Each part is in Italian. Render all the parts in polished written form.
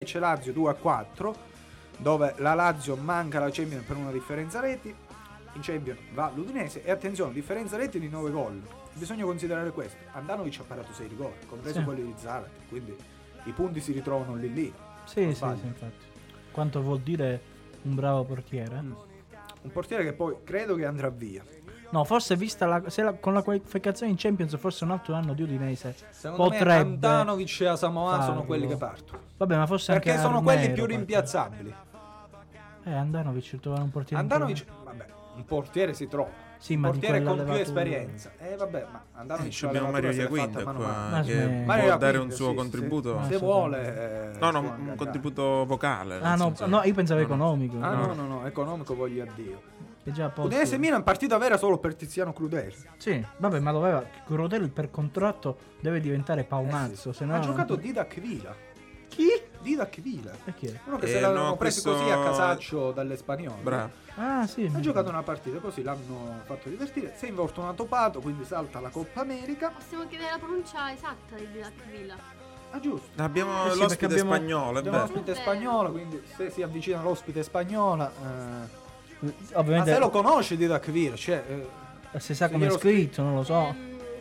vince Lazio 2-4, dove la Lazio manca la Champions per una differenza reti. In Champions va l'Udinese e attenzione, differenza reti di 9 gol. Bisogna considerare questo. Andanovic ha parato 6 rigori, compreso quelli di Zarat, quindi i punti si ritrovano lì. Sì, infatti. Quanto vuol dire un bravo portiere? Un portiere che poi credo che andrà via. No, forse vista con la qualificazione in Champions, forse un altro anno di Udinese secondo potrebbe. Me Andanovic e Asamoah sono quelli che partono. Vabbè, ma forse perché anche sono Armero, quelli più rimpiazzabili. Andanovic trovare un portiere. Andanovic, vabbè, un portiere si trova. Sì, un ma portiere con più levatura. esperienza. Vabbè, ma Andanovic abbiamo Mario Iaquinta qua che Mario può dare un Iaquinta, suo contributo. Se vuole. Un contributo vocale. No, io pensavo economico. No, economico voglio a Dio. Udinese Milan partita vera solo per Tiziano Crudeli. Sì, vabbè, ma doveva Crudeli per contratto deve diventare Paumazzo, se no ha giocato Didac Vila. Chi? Didac Vila. E chi è? Uno che se l'hanno preso così a casaccio dalle spagnole. Bravo. Ah, sì. Ha giocato una partita così, l'hanno fatto divertire. Si è infortunato Pato, quindi salta la Coppa America. Possiamo chiedere la pronuncia esatta di Didac Vila. Ah, giusto. Abbiamo l'ospite spagnolo. Abbiamo l'ospite spagnolo, quindi se si avvicina l'ospite spagnola. Ovviamente. Ma se lo conosci Didac Vila, cioè, se sa come è scritto, non lo so.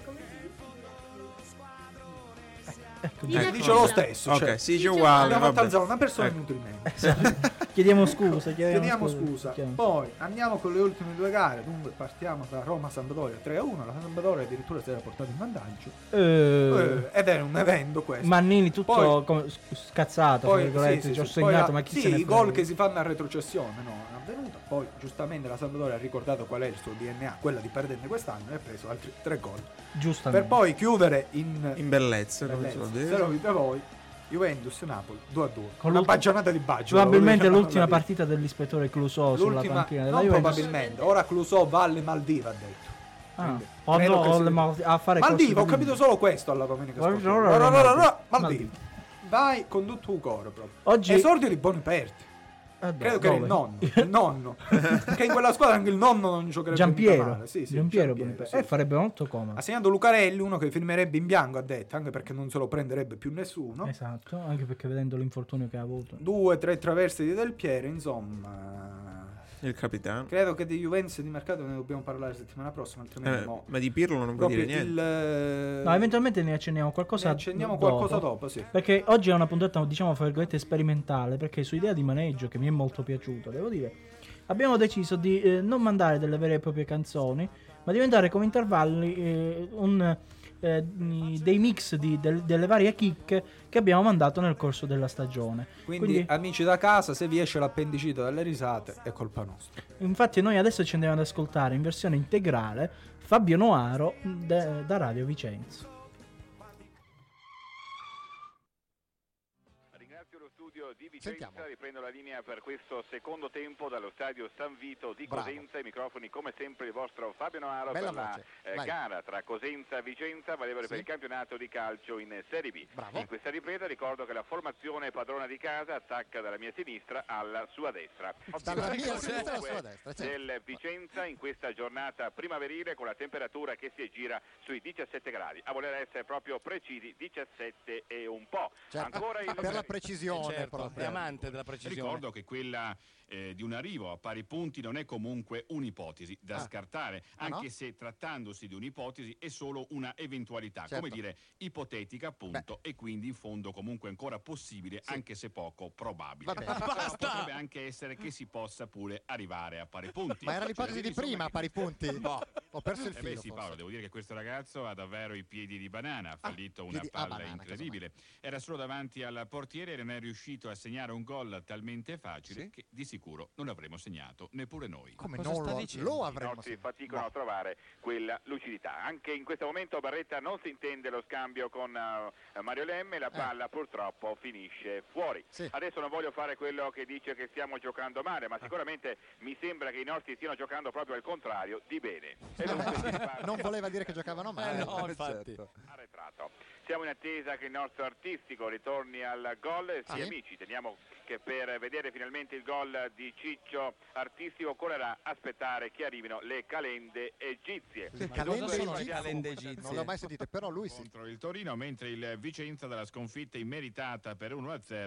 Dice lo stesso. Ok, si dice uguale. Abbiamo fatto alzare una persona inutilmente. Chiediamo scusa. Poi andiamo con le ultime due gare. Dunque partiamo da Roma-Sampdoria 3-1. La Sampdoria addirittura si era portata in vantaggio. Ed è un evento questo. Mannini tutto come scazzato. Poi, ci ho segnato, ma chi se ne i gol che si fanno a retrocessione è avvenuto. Poi giustamente la Sampdoria ha ricordato qual è il suo DNA, quella di perderne quest'anno, e ha preso altri 3 gol. Giustamente. Per poi chiudere in bellezza. Se lo dite voi. Juventus-Napoli 2-2 con una baggianata di Baggio. Probabilmente l'ultima partita dell'ispettore Clouseau sulla panchina della Juventus. Probabilmente ora Clouseau va alle Maldive, ha detto. A fare Maldive, ho capito solo questo alla domenica scorsa. Maldive. Vai con tutto il cuore proprio. Oggi esordio di Boniperti. Credo che era il nonno che in quella squadra anche il nonno non giocherebbe Giampiero. Sì, Giampiero farebbe molto comodo. Ha segnato Lucarelli, uno che firmerebbe in bianco, ha detto, anche perché non se lo prenderebbe più nessuno. Esatto, anche perché vedendo l'infortunio che ha avuto. 2-3 traverse di Del Piero, insomma. Il capitano. Credo che di Juventus e di mercato ne dobbiamo parlare la settimana prossima, altrimenti ma di Pirlo non vuoi dire niente. No, eventualmente ne accenniamo qualcosa. Qualcosa dopo, sì. Perché oggi è una puntata, diciamo, fra virgolette, sperimentale, perché su idea di maneggio che mi è molto piaciuta, devo dire, abbiamo deciso di non mandare delle vere e proprie canzoni, ma di mandare come intervalli dei mix delle varie kick che abbiamo mandato nel corso della stagione. Quindi amici da casa, se vi esce l'appendicite dalle risate è colpa nostra. Infatti noi adesso ci andiamo ad ascoltare in versione integrale Fabio Noaro da Radio Vicenza. Di Vicenza, riprendo la linea per questo secondo tempo dallo stadio San Vito di Cosenza. I microfoni come sempre il vostro Fabio Noaro per la gara tra Cosenza e Vicenza, valevole per il campionato di calcio in Serie B. In questa ripresa ricordo che la formazione padrona di casa attacca dalla mia sinistra alla sua destra. Dalla mia sinistra alla sua destra, del Vicenza in questa giornata primaverile con la temperatura che si aggira sui 17 gradi, a voler essere proprio precisi 17 e un po'. Ancora per la precisione, è amante della precisione. Ricordo che quella di un arrivo a pari punti non è comunque un'ipotesi da scartare, anche se trattandosi di un'ipotesi è solo una eventualità, come dire ipotetica appunto, e quindi in fondo comunque ancora possibile, anche se poco probabile. Basta! Potrebbe anche essere che si possa pure arrivare a pari punti. Ma era l'ipotesi di prima a pari punti? Ho perso il filo. Sì, Paolo, devo dire che questo ragazzo ha davvero i piedi di banana, ha fallito una palla incredibile. Era solo davanti al portiere e non è riuscito a segnare un gol talmente facile che di sicuro non avremmo segnato neppure noi. Come non lo avremmo? I nostri faticano a trovare quella lucidità. Anche in questo momento Barretta non si intende lo scambio con Mario Lemme, la palla purtroppo finisce fuori. Adesso non voglio fare quello che dice che stiamo giocando male, ma sicuramente mi sembra che i nostri stiano giocando proprio al contrario di bene. Non voleva dire che giocavano male. No, infatti. Arretrato. Siamo in attesa che il nostro artistico ritorni al gol. Sì, amici, teniamo che per vedere finalmente il gol di Ciccio Artistico occorrerà aspettare che arrivino le calende egizie. Le calende egizie? Non le ho mai sentite, però lui contro il Torino, mentre il Vicenza dalla sconfitta immeritata per 1-0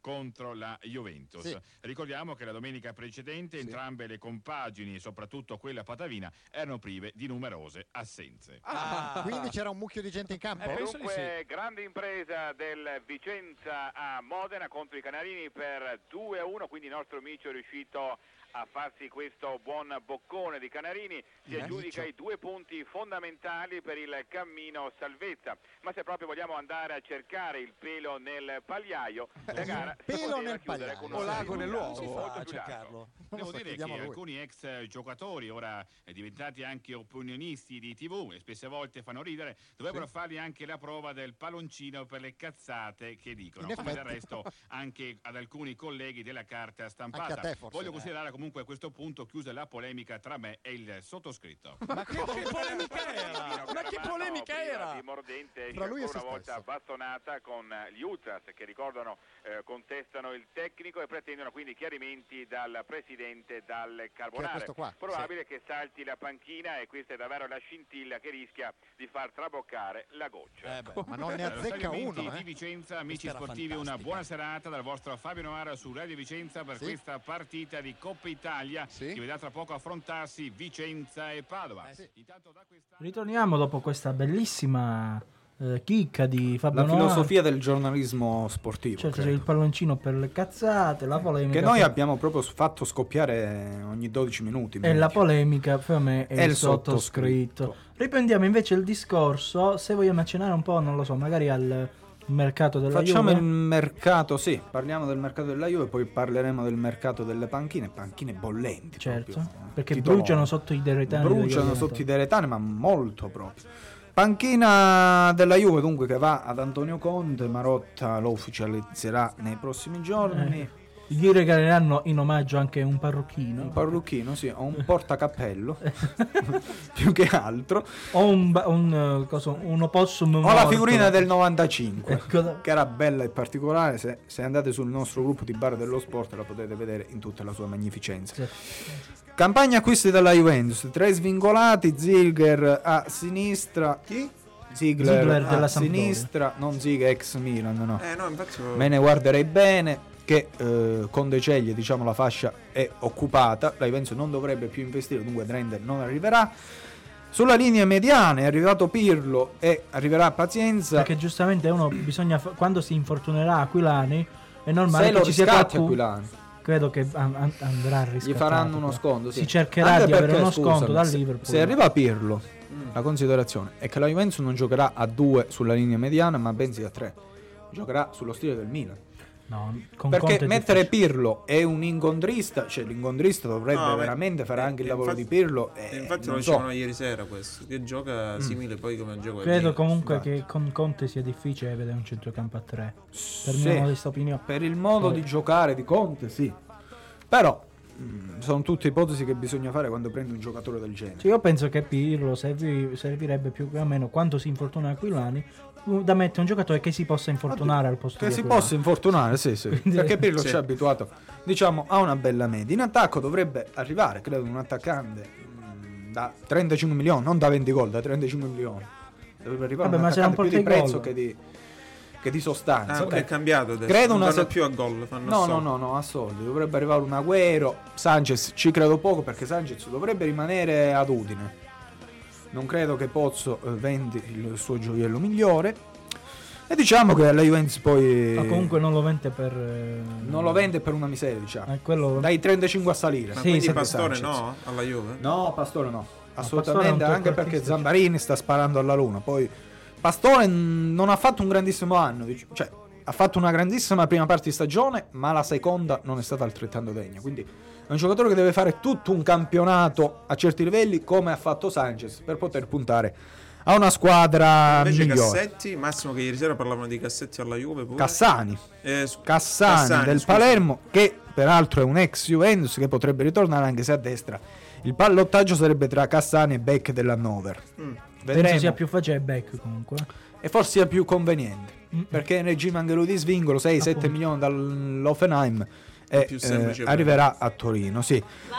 contro la Juventus. Sì. Ricordiamo che la domenica precedente entrambe le compagini, soprattutto quella patavina, erano prive di numerose assenze. Quindi c'era un mucchio di gente in campo? Dunque, grande impresa del Vicenza a Modena contro i Canarini per 2-1, quindi il nostro amico è riuscito a farsi questo buon boccone di Canarini, si aggiudica i 2 punti fondamentali per il cammino salvezza. Ma se proprio vogliamo andare a cercare il pelo nel pagliaio, la gara pelo nel pagliaio con o lago nell'uovo, molto fa a più largo. cercarlo. Devo dire che alcuni ex giocatori, ora diventati anche opinionisti di TV e spesse volte fanno ridere, dovrebbero fargli anche la prova del palloncino per le cazzate che dicono, come del resto anche ad alcuni colleghi della carta stampata. Anche a te, forse, Voglio considerare comunque a questo punto chiusa la polemica tra me e il sottoscritto. Ma che polemica era? Ma che polemica era? Di mordente Fra lui e ancora se una volta stesso. bastonata con gli Ultras che ricordano contestano il tecnico e pretendono quindi chiarimenti dal presidente dal Carbonare. questo qua, Probabile che salti la panchina e questa è davvero la scintilla che rischia di far traboccare la goccia. Ma non ne Allo azzecca Stadio uno, Vinti di Vicenza, amici Questa era sportivi, una fantastica. buona serata dal vostro Fabio Novara su Radio Vicenza per questa partita di Coppa Italia che vedrà tra poco affrontarsi Vicenza e Padova. Intanto da questa... Ritorniamo dopo questa bellissima chicca di Fabio La Novara. filosofia del giornalismo sportivo. Certo, c'è credo. il palloncino per le cazzate, la polemica. Che noi abbiamo proprio fatto scoppiare ogni 12 minuti. E la polemica per me è E il il sottoscritto. sottoscritto. Riprendiamo invece il discorso, se vogliamo accennare un po', non lo so, magari al mercato della Facciamo Juve. il mercato, sì, parliamo del mercato della Juve, poi parleremo del mercato delle panchine bollenti. Certo, proprio, perché titolone. bruciano sotto i deretani. Bruciano sotto i deretani, ma molto proprio. Panchina della Juve dunque che va ad Antonio Conte, Marotta lo ufficializzerà nei prossimi giorni. Gli regaleranno in omaggio anche un parrucchino. Un parrucchino, sì, o un portacappello, più che altro. O un opossum O la morto. figurina del 95, Ecco. che era bella e particolare. Se andate sul nostro gruppo di Bar dello Sport la potete vedere in tutta la sua magnificenza. Sì. Campagna acquisti della Juventus, 3 svincolati, Ziegler a sinistra. Chi? Ziegler della a Sampdoria. sinistra, non Ziegler ex Milan, no. No, infatti Me ne guarderei bene. Che con De Ceglie, diciamo, la fascia è occupata, la Juventus non dovrebbe più investire, dunque Drender non arriverà. Sulla linea mediana è arrivato Pirlo e arriverà Pazienza. Perché giustamente uno bisogna quando si infortunerà Aquilani è normale Se che lo ci sia riscatti qualcuno. Aquilani, Credo che andrà a riscattato. gli faranno uno sconto, sì. Si cercherà Anche di avere perché, uno sconto scusami, dal se- Liverpool. Se arriva Pirlo, la considerazione è che la Juventus non giocherà a 2 sulla linea mediana, ma bensì a 3. Giocherà sullo stile del Milan. No, con Perché Conte è mettere difficile. Pirlo è un incontrista, cioè l'incontrista dovrebbe veramente fare anche il lavoro di Pirlo. Infatti lo non dicevano so. ieri sera questo, che gioca simile poi come gioca. Credo comunque Infatti. che con Conte sia difficile vedere un centrocampo a 3. Per Sì, mia modesta opinione. per il modo Poi- di giocare di Conte, sì. Però sono tutte ipotesi che bisogna fare quando prendi un giocatore del genere. Cioè, io penso che Pirlo servirebbe più o meno quando si infortuna Aquilani da mettere un giocatore che si possa infortunare al posto Che di si Aquilani. possa infortunare, sì, sì. Perché Pirlo Sì. ci ha abituato, diciamo, a una bella media. In attacco dovrebbe arrivare, credo, un attaccante da 35 milioni, non da 20 gol, da 35 milioni. Dovrebbe arrivare Vabbè, un ma se non attaccante più di porta i prezzo gol. che di sostanza. Ah, è cambiato adesso. Credo non una vanno più a gol, fanno No, soldi. no, a soldi. Dovrebbe arrivare un Agüero. Sanchez ci credo poco perché Sanchez dovrebbe rimanere ad Udine. Non credo che Pozzo vendi il suo gioiello migliore. E diciamo che la Juventus poi Ma comunque non lo vende per non lo vende per una miseria, diciamo. quello Dai 35 a salire. Ma Sì, quindi sì, Pastore Sanchez. no? Alla Juve? No, Pastore no. Pastore è Assolutamente, un anche perché trequartista. Zambarini sta sparando alla luna. Poi Pastore non ha fatto un grandissimo anno, cioè ha fatto una grandissima prima parte di stagione, ma la seconda non è stata altrettanto degna. Quindi è un giocatore che deve fare tutto un campionato a certi livelli, come ha fatto Sanchez, per poter puntare a una squadra Invece migliore. Cassetti, Massimo che ieri sera parlavano di Cassetti alla Juve pure. Cassani Cassani Cassani del scusa. Palermo, che peraltro è un ex Juventus che potrebbe ritornare, anche se a destra il pallottaggio sarebbe tra Cassani e Beck dell'Hannover. penso Vedremo. sia più facile Beck comunque. E forse sia più conveniente, perché in regime anche lui di svingolo 6-7 Appunto. milioni dall'Hoffenheim e più semplice per arriverà a Torino. Sì.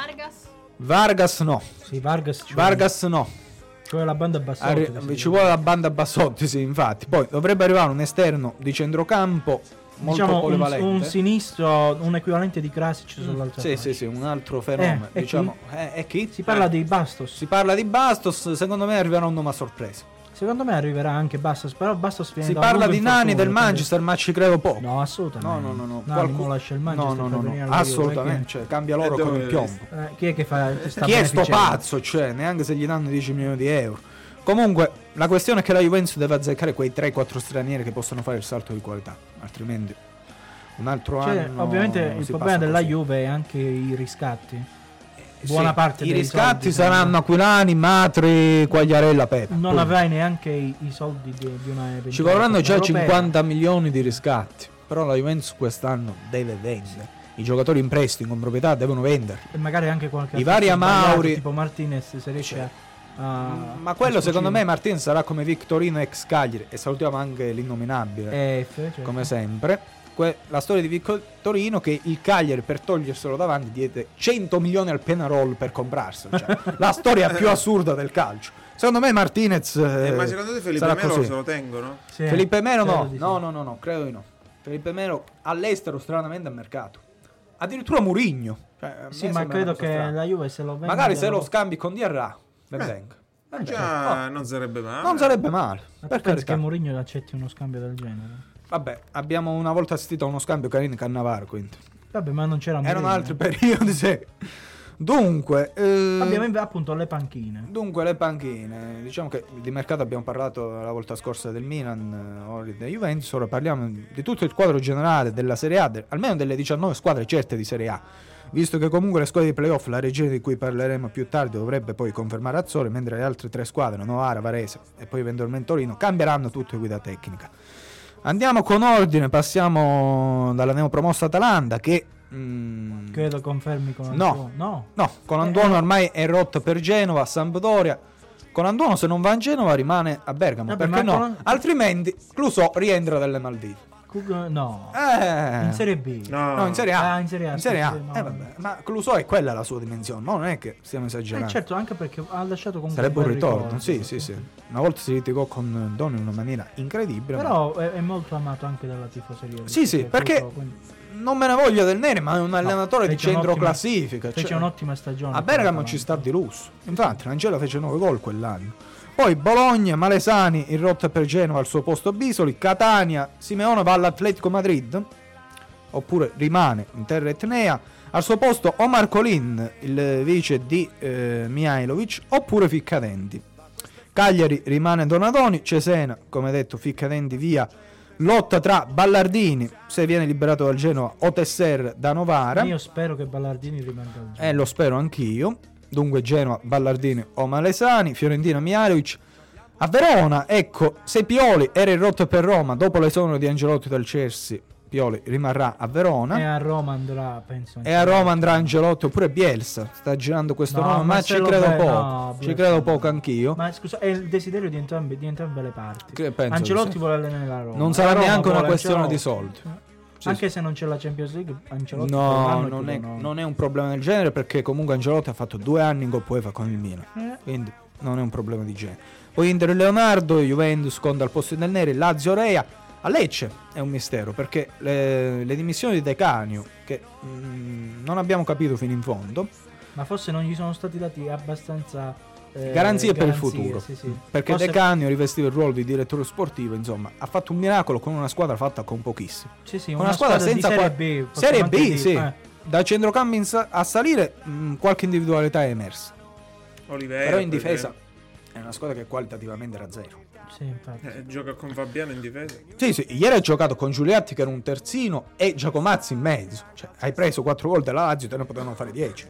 Vargas. No, Sì, Vargas no. cioè la banda Bassotti. Ci vuole la banda Bassotti, sì, infatti. Poi dovrebbe arrivare un esterno di centrocampo molto diciamo polivalente. un sinistro, un equivalente di Krasic sull'altra fascia. Sì, un altro fenomeno. E Diciamo, è chi? Si parla di Bastos. Si parla di Bastos, secondo me arriverà un nome a sorpresa. Secondo me arriverà anche Bastos, però Bastos viene Si da parla un di infortunio, Nani del quindi- Manchester, ma ci credo poco. No, assolutamente. No. Nani mo lascia il Manchester per venire alla Juve, Assolutamente, cioè, cambia loro con il piombo. chi è che fa Chi è sto pazzo? Cioè, neanche se gli danno 10 milioni di euro. Comunque, la questione è che la Juventus deve azzeccare quei 3-4 stranieri che possono fare il salto di qualità, altrimenti un altro anno. Ovviamente il si problema passa della così. Juve è anche i riscatti. Buona Sì, parte i dei riscatti soldi saranno Aquilani, Matri, Quagliarella, Pepe. non Poi avrai neanche i soldi di una eventuale ci vorranno già Coppa Europea. 50 milioni di riscatti, però la Juventus quest'anno deve vendere. I giocatori in prestito con proprietà devono venderli. E magari anche qualche I vari altro sbagliato, Amauri, tipo Martinez, se riesce ma quello secondo me Martin sarà come Victorino ex Cagliari, e salutiamo anche l'innominabile certo. come sempre. La storia di Victorino, che il Cagliari per toglierselo davanti diede 100 milioni al Penarol per comprarselo, cioè, la storia più assurda del calcio. Secondo me Martinez ma secondo te Felipe sarà Melo così. se lo tengono? Sì, Felipe Melo credo no. di sì. No, credo di no. Felipe Melo all'estero stranamente a mercato. Addirittura Mourinho. Cioè, a me Sì, ma sembra credo una cosa che strana. la Juve se lo vende. Magari se lo scambi con Diarra, ben venga. Già, non sarebbe male. Non sarebbe male. Ma Per tu pensi che carità. Mourinho accetti uno scambio del genere? Vabbè, abbiamo una volta assistito a uno scambio Carini Cannavaro, quindi. Vabbè, ma non c'era Erano Mourinho. altri periodi, sì. Dunque, Abbiamo appunto le panchine. dunque le panchine. Diciamo che di mercato abbiamo parlato la volta scorsa del Milan, ora della Juventus, ora parliamo di tutto il quadro generale della Serie A, almeno delle 19 squadre certe di Serie A. Visto che comunque le squadre di playoff, la regione di cui parleremo più tardi, dovrebbe poi confermare Azzurri, mentre le altre 3 squadre, Novara, Varese e poi eventualmente Torino, cambieranno tutte guida tecnica. Andiamo con ordine, passiamo dalla neopromossa Atalanta che Credo confermi con No. Antuono. no, con Anduono ormai è rotta per Genova, Sampdoria. Con Anduono se non va a Genova rimane a Bergamo, Vabbè, perché ma no? con- Altrimenti Clouseau rientra dalle Maldive. No. In In Serie B. No, in Serie A. Ah, in Serie A, In Serie A. sì, no. Vabbè. Ma Clouseau è quella la sua dimensione, no? Non è che stiamo esagerando. Certo, anche perché ha lasciato comunque Sarebbe un bel ritorno, ricordo. sì. Una volta si litigò con Doni in una maniera incredibile. Però è molto amato anche dalla tifoseria. Sì, perché non me ne voglio del Nere, ma è un allenatore di fece centro un'ottima- classifica. Fece cioè, un'ottima stagione. a Bergamo con ci sta l'Atalanta. di lusso. Infatti, Angela fece 9 gol quell'anno. Poi Bologna, Malesani in rotta per Genova al suo posto Bisoli, Catania, Simeone va all'Atletico Madrid, oppure rimane in terra etnea. Al suo posto o Marcolin, il vice di Mihailovic, oppure Ficcadenti. Cagliari rimane Donadoni, Cesena, come detto, Ficcadenti via. Lotta tra Ballardini, se viene liberato dal Genoa, o Tesser da Novara. Io spero che Ballardini rimanga al Genoa. Lo spero anch'io. Dunque Genoa, Ballardini o Malesani, Fiorentina, Mihailovic. A Verona, ecco, se Pioli era in rotta per Roma dopo l'esonero di Angelotti dal Chelsea, Pioli rimarrà a Verona. E a Roma andrà, penso. E a Roma andrà Angelotti oppure Bielsa. Sta girando questo No, nome, ma ci Marcelo credo Be- poco. no, Ci Bielsa credo no. poco anch'io. Ma scusa, è il desiderio di entrambe le parti. Penso Ancelotti di sì. vuole allenare la Roma. Non sarà La Roma neanche una vuole questione di Ancelotti. soldi. Anche se non c'è la Champions League, Ancelotti per un No, anno non chiude, no. è un problema del genere, perché comunque Angelotti ha fatto 2 anni in Coppa UEFA con il Milan. Quindi non è un problema di genere. Poi Inter e Leonardo, Juventus conta al posto del Neri, Lazio Rea. A Lecce è un mistero, perché le dimissioni di De Canio, che non abbiamo capito fino in fondo, Ma forse non gli sono stati dati abbastanza garanzie per il futuro, sì. perché Forse- De Canio rivestiva il ruolo di direttore sportivo, insomma ha fatto un miracolo con una squadra fatta con pochissimo. Sì, una squadra senza di Serie B. Serie possiamo B, anche sì. dire. Da centrocampo a salire qualche individualità è emersa, Oliveira, però in per difesa esempio. è una squadra che qualitativamente era zero. Sì, infatti. Gioca con Fabiano in difesa. Sì, ieri hai giocato con Giuliatti che era un terzino e Giacomazzi in mezzo, cioè hai preso 4 gol della Lazio, te ne potevano fare 10.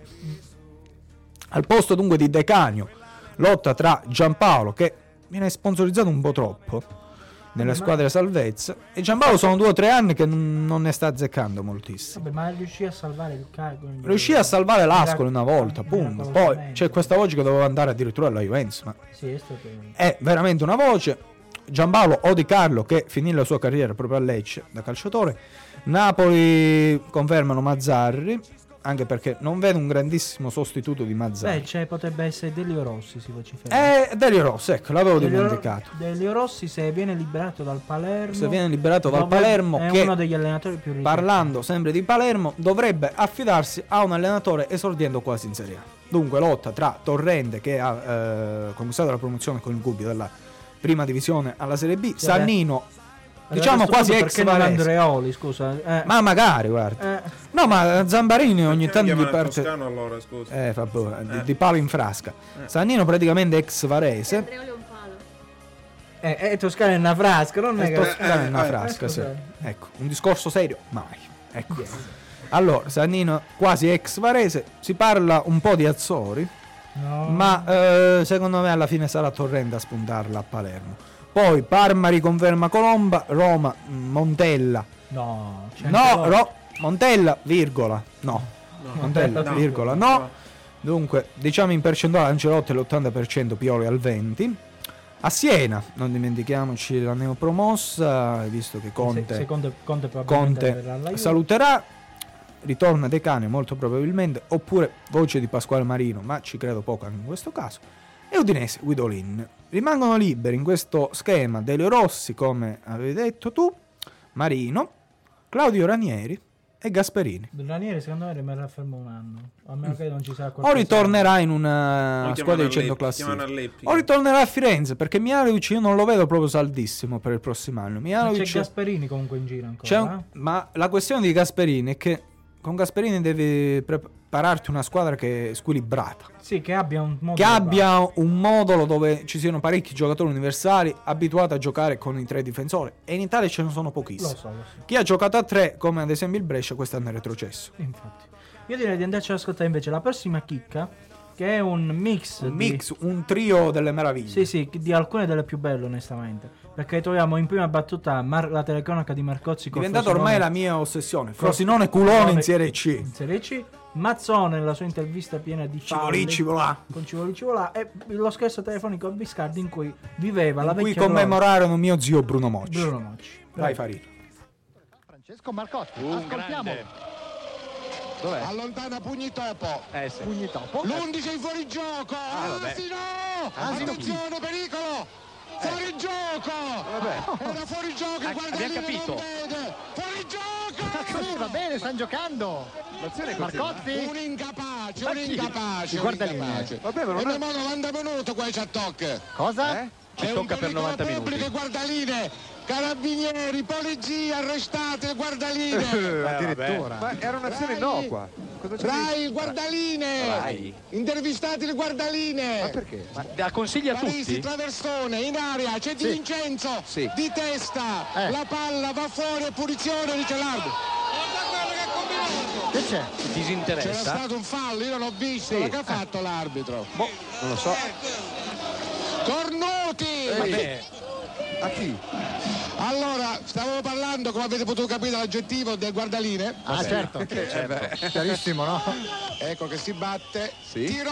Al posto dunque di De Canio, lotta tra Giampaolo, che viene sponsorizzato un po' troppo nelle squadre salvezza, e Giampaolo sono 2 o 3 anni che non ne sta azzeccando moltissimo. Vabbè, ma riuscì a salvare il cargo. Riuscì a salvare l'Ascoli una volta, appunto. Poi c'è questa voce che doveva andare addirittura alla Juventus, ma Sì, è stato... è veramente una voce. Giampaolo o Di Carlo, che finì la sua carriera proprio a Lecce da calciatore. Napoli confermano Mazzarri. anche perché non vedo un grandissimo sostituto di Mazzarri. Potrebbe essere Delio Rossi, si vocifera. Delio Rossi, ecco, l'avevo dimenticato. Delio Rossi, se viene liberato dal Palermo, è che uno degli allenatori più ricchi. Parlando sempre di Palermo, dovrebbe affidarsi a un allenatore esordiendo quasi in Serie A. Dunque lotta tra Torrente, che ha conquistato la promozione con il Gubbio dalla prima divisione alla Serie B, Sannino, diciamo quasi ex Varese. Andreoli, scusa. Ma magari, guarda. No, ma Zambarini ogni tanto gli parte Toscano, allora, scusa. Vabbè, di palo in frasca. Sannino praticamente ex Varese. Andreoli è un palo. Toscano è una frasca, non è Toscano è una frasca, sì. Ecco, un discorso serio? Mai. Ecco. Allora, Sannino quasi ex Varese, si parla un po' di Azzori, ma secondo me alla fine sarà Torrente a spuntarla a Palermo. Poi Parma riconferma Colomba, Roma, Montella. Montella, virgola. Montella, virgola, no. Dunque, diciamo in percentuale Ancelotti l'80%, Pioli al 20%. A Siena, non dimentichiamoci la neopromossa, visto che Conte saluterà. Ritorna De Cane molto probabilmente, oppure voce di Pasquale Marino, ma ci credo poco anche in questo caso. E Udinese, Guidolin. Rimangono liberi in questo schema Delio Rossi, come avevi detto tu, Marino, Claudio Ranieri e Gasperini. Ranieri secondo me rimarrà fermo un anno, a meno che non ci sarà qualcosa. O ritornerà in una squadra di 100 classifica, o ritornerà a Firenze, perché Mihajlovic io non lo vedo proprio saldissimo per il prossimo anno. C'è Gasperini comunque in giro ancora. Ma la questione di Gasperini è che con Gasperini devi prepararti una squadra che è squilibrata. Sì, che abbia un modulo. Che abbia un modulo dove ci siano parecchi giocatori universali abituati a giocare con i tre difensori. E in Italia ce ne sono pochissimi. Lo so. Chi ha giocato a tre, come ad esempio il Brescia, quest'anno è retrocesso. Infatti. Io direi di andarci ad ascoltare invece la prossima chicca, che è un mix, un trio delle meraviglie. Sì, di alcune delle più belle onestamente. Perché troviamo in prima battuta la telecronaca di Marcozzi con diventato ormai la mia ossessione. Frosinone culone in Serie C. In Serie C. Mazzone nella sua intervista piena di Civolicci volà. Con Civolicci volà. E lo scherzo telefonico a Biscardi in cui viveva la vecchia. In cui commemorarono mio zio Bruno Mocci. Dai Farino. Francesco Marcozzi. Ascoltiamolo. Dov'è? Allontana Pugnitopo. Sì. Pugnitopo. L'11 in fuorigioco. Attenzione, pericolo. Fuori gioco! Era fuori gioco, abbiamo capito. Fuori gioco! Sì, va bene, stanno giocando. Marcozzi. Un incapace. Guarda lì. Vabbè, ma non è 90 minuti qua c'è tocca. Cosa? Ci tocca per 90 minuti. Pubbliche guardaline, carabinieri, polizia, arrestate le guardaline. Addirittura. Ma era un'azione innocua. Rai, guardaline. Intervistate le guardaline. Ma perché? Ma la consiglia a Parisi, tutti? traversone, in aria, c'è Di Vincenzo, di testa, la palla va fuori e punizione, dice l'arbitro. Che c'è? Disinteressa? C'era stato un fallo, io non ho visto, ma che ha fatto l'arbitro? Boh, non lo so. Cornuti! Vabbè. A chi? Allora, stavamo parlando, come avete potuto capire dall'aggettivo, del guardaline. Certo. Chiarissimo, no? Ecco che si batte. Sì. Tiro!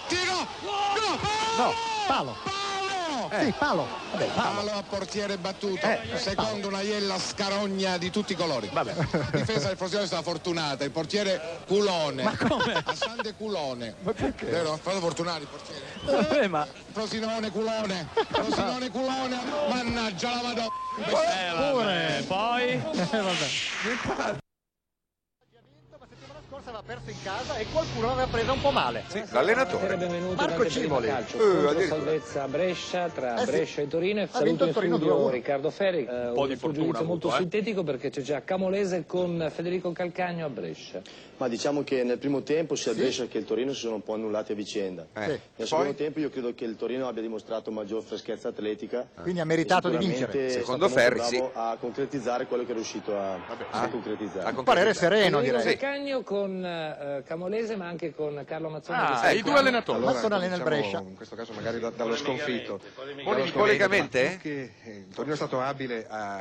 No, palo. Sì, palo. Vabbè, palo a portiere battuto, secondo una iella scarogna di tutti i colori. Vabbè. La difesa del Frosinone è stata fortunata, il portiere culone. Ma come? Assande culone. Ma perché? Vero? Fatto fortunare il portiere. Vabbè, ma... Frosinone culone. Mannaggia la Madonna. Pure, poi... Vabbè. Aveva perso in casa e qualcuno l'aveva presa un po' male. Sì, l'allenatore Marco Cimoli. Salvezza a Brescia, tra Brescia e Torino, e saluto in studio Riccardo Ferri. Un po' di fortuna molto sintetico perché c'è già Camolese con Federico Calcagno a Brescia. Ma diciamo che nel primo tempo sia il Brescia che il Torino si sono un po' annullati a vicenda. Nel secondo tempo io credo che il Torino abbia dimostrato maggior freschezza atletica. Quindi ha meritato di vincere. Secondo Ferri a concretizzare quello che è riuscito a concretizzare. Un parere sereno, direi. Calcagno con Camolese ma anche con Carlo Mazzoni. I due allenatori. Allora, Mazzoni allena il Brescia. In questo caso magari dallo sconfitto. Polemicamente? Il Torino è stato abile a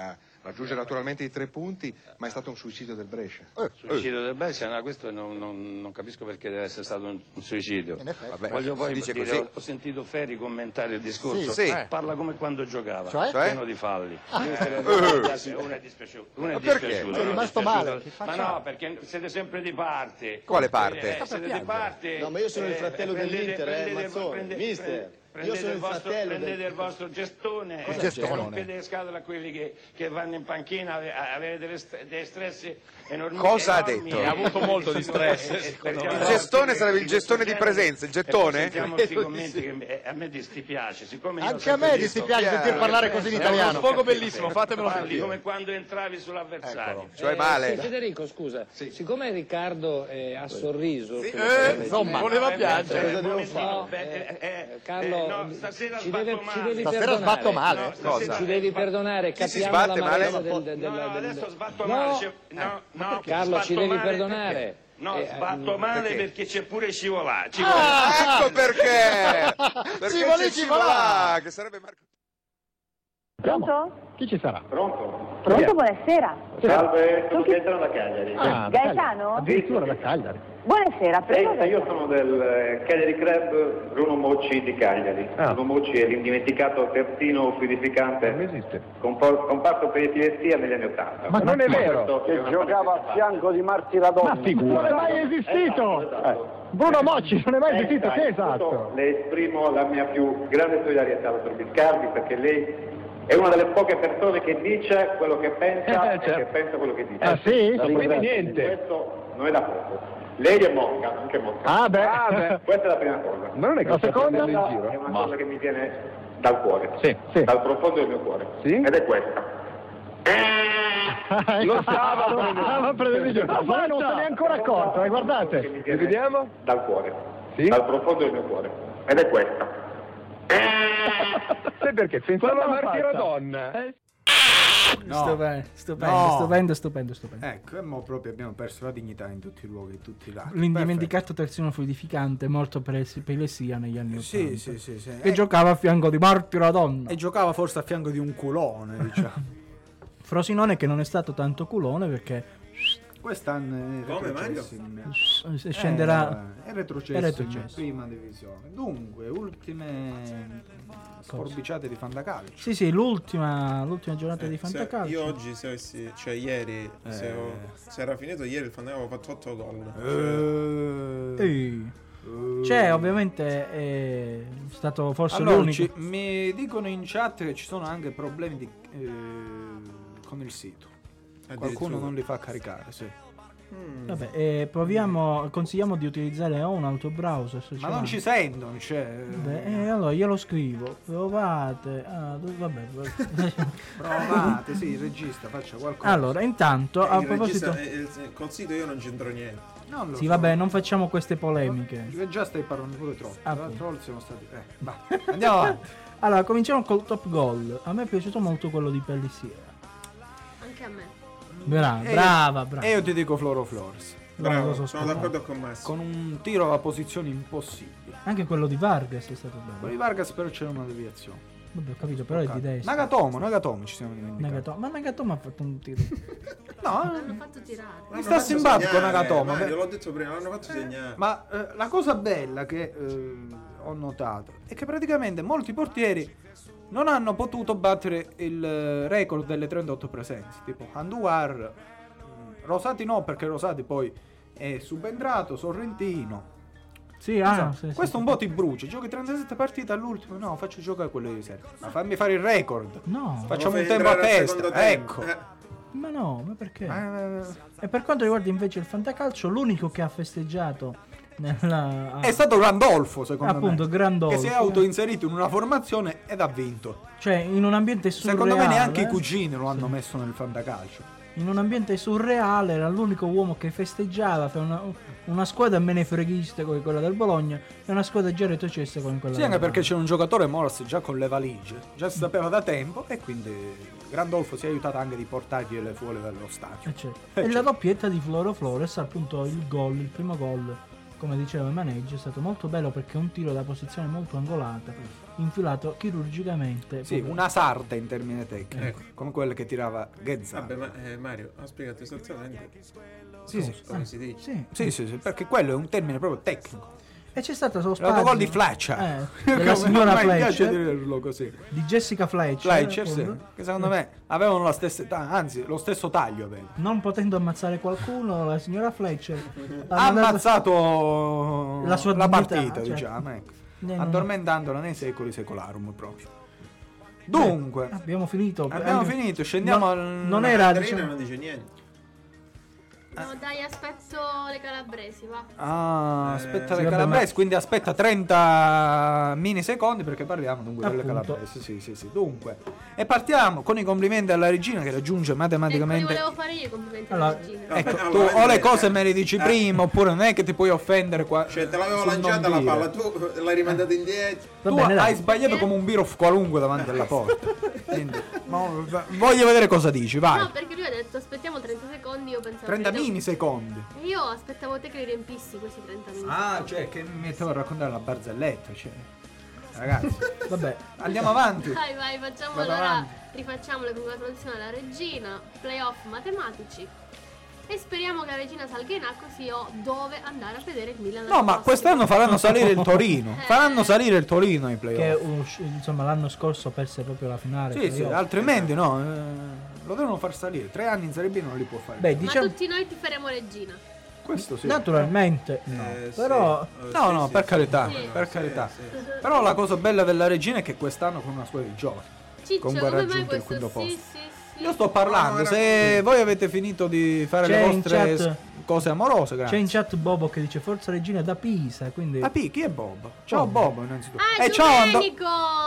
Raggiunge naturalmente i 3 punti, ma è stato un suicidio del Brescia. Suicidio del Brescia? No, questo non capisco perché deve essere stato un suicidio. Vabbè, Voglio poi dice dire, così. ho sentito Ferri commentare il discorso. Sì. Parla come quando giocava, Cioè? pieno di falli. Uno è dispiaciuto. Ma perché? È rimasto male. Ma no, perché siete sempre di parte. Quale parte? Siete di parte. No, ma io sono il fratello dell'Inter, Mazzone. Mister. Io sono il fratello prendete il vostro gestone e rompete le scatole a quelli che vanno in panchina a avere dei stress enormi. Cosa ha detto? Ha avuto molto di stress. Il gestone sarebbe il gestone di presenza, il gettone? Sentiamo questi commenti che a me dispiace. Anche a me dispiace sentir parlare così in italiano. È un sfogo bellissimo, fatemelo Parli sentire. come quando entravi sull'avversario. Cioè male. Federico, scusa, siccome Riccardo ha sorriso, insomma, voleva piangere. Carlo, stasera ci devi sbatto male. Cosa? ci devi perdonare, Chi si capiamo sbatte l'amarezza male? adesso sbatto male. No, Carlo, ci devi perdonare. No, sbatto male perché c'è pure Scivolà. Ecco perché! Perché c'è Scivolà! che sarebbe Marco. Pronto? Chi ci sarà? Pronto, buonasera. Salve, sono Gaetano da Cagliari. Gaetano? Addirittura da Cagliari. Buonasera, prego. Io sono del Cagliari Club Bruno Mocci di Cagliari. Bruno Mocci è l'indimenticato terzino fluidificante. Non esiste. Comparso per epilessia negli anni '80. Ma non è vero. Che giocava a fianco di Marti Radon. Ma figura, non è mai esistito. Bruno Mocci non è mai esistito, sì, esatto. Le esprimo la mia più grande solidarietà al dottor Biscardi perché lei è una delle poche persone che dice quello che pensa e che pensa quello che dice. Ah sì? Quindi niente. Questo non è da poco. Lei è Mosca, anche Mosca. Ah beh. Questa è la prima cosa. Ma non è che la seconda? È una cosa che mi viene dal cuore. Sì. Dal profondo del mio cuore. Sì? Ed è questa. Lo stava prendendo. Ma non se ne è ancora accorto, guardate. Che mi viene dal cuore. Sì? Dal profondo del mio cuore. Ed è questa. Sai perché? Pensavo a Marti Radon. No. Stupendo. Ecco, e mo proprio abbiamo perso la dignità in tutti i luoghi, in tutti i lati. L'indimenticato terzino fluidificante morto per epilessia negli anni '80. Sì. Che giocava a fianco di Marti Radon. E giocava forse a fianco di un culone, diciamo. Frosinone che non è stato tanto culone perché quest'anno è retrocesso scenderà, è retrocesso in prima divisione. Dunque, ultime sforbiciate di Fantacalcio. Sì, l'ultima giornata di Fantacalcio. Io oggi ieri se era finito ieri il Fantacalcio, avevo fatto 8 gol. Cioè, ovviamente è stato forse allora, l'unico. Mi dicono in chat che ci sono anche problemi con il sito. Qualcuno non li fa caricare, sì. Vabbè, consigliamo di utilizzare o un autobrowser. Ma non ci sentono, allora io lo scrivo. Provate. Provate, sì, il regista faccia qualcosa. Allora, intanto a proposito col sito io non c'entro niente. Sì, vabbè, non facciamo queste polemiche. Già stai parlando pure troppo. L'altra volta siamo stati. Andiamo avanti. Allora, cominciamo col top goal. A me è piaciuto molto quello di Pellissier. Anche a me. Brava. E io ti dico Floro Flores. Bravo, sono d'accordo con Massimo. Con un tiro alla posizione impossibile. Anche quello di Vargas è stato bello. Quello di Vargas però c'era una deviazione. Vabbè, ho capito, però è di destra. Nagatomo ci siamo dimenticati. Ma Nagatomo ha fatto un tiro. No, l'hanno fatto tirare. Mi sta simpatico Nagatomo. Io l'ho detto prima, l'hanno fatto segnare. Ma la cosa bella che ho notato è che praticamente molti portieri non hanno potuto battere il record delle 38 presenze. Tipo Andujar, Rosati no, perché Rosati poi è subentrato, Sorrentino. Sì, questo un po' ti brucia. Giochi 37 partite all'ultimo. No, faccio giocare quello di sera. Ma fammi fare il record. No, facciamo un tempo a testa. Ecco. Ma no, ma perché? E per quanto riguarda invece il Fantacalcio, l'unico che ha festeggiato è stato Grandolfo, secondo me. Appunto, Grandolfo. Che si è autoinserito in una formazione ed ha vinto. Cioè, in un ambiente surreale. Secondo me neanche i cugini lo hanno messo nel Fantacalcio. In un ambiente surreale era l'unico uomo che festeggiava per una squadra menefreghista come quella del Bologna e una squadra già retrocessa come quella anche perché c'è un giocatore Morse già con le valigie, già si sapeva da tempo e quindi Grandolfo si è aiutato anche di portargliele fuori dallo stadio. E la doppietta di Floro Flores, appunto il primo gol come diceva il maneggio, è stato molto bello perché è un tiro da posizione molto angolata, infilato chirurgicamente. Sì, una sarda in termine tecnico, come quelle che tirava Ghezzali. Vabbè, ma Mario, ha spiegato esattamente come si dice. Sì, perché quello è un termine proprio tecnico. E c'è stato lo L'autogol di Fletcher, della signora Fletcher, dirlo così. di Jessica Fletcher, sì, che secondo me avevano la stessa età, anzi lo stesso taglio avevano. Non potendo ammazzare qualcuno, la signora Fletcher ha ammazzato la sua la dignità, partita, cioè. diciamo, ecco. Addormentandola nei secoli secolarum proprio. Dunque, abbiamo finito, scendiamo non era, diciamo, non dice niente. No, dai, aspetto le calabresi, va. Aspetta le calabresi, quindi aspetta 30 millisecondi perché parliamo dunque delle calabresi. Sì. Dunque, e partiamo con i complimenti alla regina che raggiunge matematicamente. Volevo fare io i complimenti alla regina. Ecco, tu o le cose me le dici prima, oppure non è che ti puoi offendere qua. Cioè, te l'avevo lanciata la palla, tu l'hai rimandata indietro. Tu hai sbagliato come un birof qualunque davanti alla porta. Quindi, voglio vedere cosa dici, vai. No, perché lui ha detto aspettiamo 30 secondi, io pensavo 30 millisecondi. E io aspettavo te che li riempissi questi 30 minuti. Cioè che mi mettevo a raccontare la barzelletta, cioè. Ragazzi, vabbè, andiamo avanti. Vai, facciamo allora. Rifacciamo le congratulazioni alla regina, playoff matematici. E speriamo che la regina salga in acqua, così ho dove andare a vedere il Milan. No, ma quest'anno faranno salire il Torino. Faranno salire il Torino ai playoff. Che insomma l'anno scorso perse proprio la finale. Sì, altrimenti no. Lo devono far salire. 3 anni in Serie B non li può fare. Beh, ma tutti noi ti faremo regina. Questo sì. Naturalmente no. Però no, per carità, per carità. Però la cosa bella della regina è che quest'anno con una squadra di giovani. Ciccio, comunque ha come mai raggiunto il questo? quinto posto. Sì. Io sto parlando, se voi avete finito di fare le vostre cose amorose, grazie. C'è in chat Bobo che dice Forza Regina da Pisa, quindi... Chi è Bobo? Ciao Bobo innanzitutto. Ciao Domenico!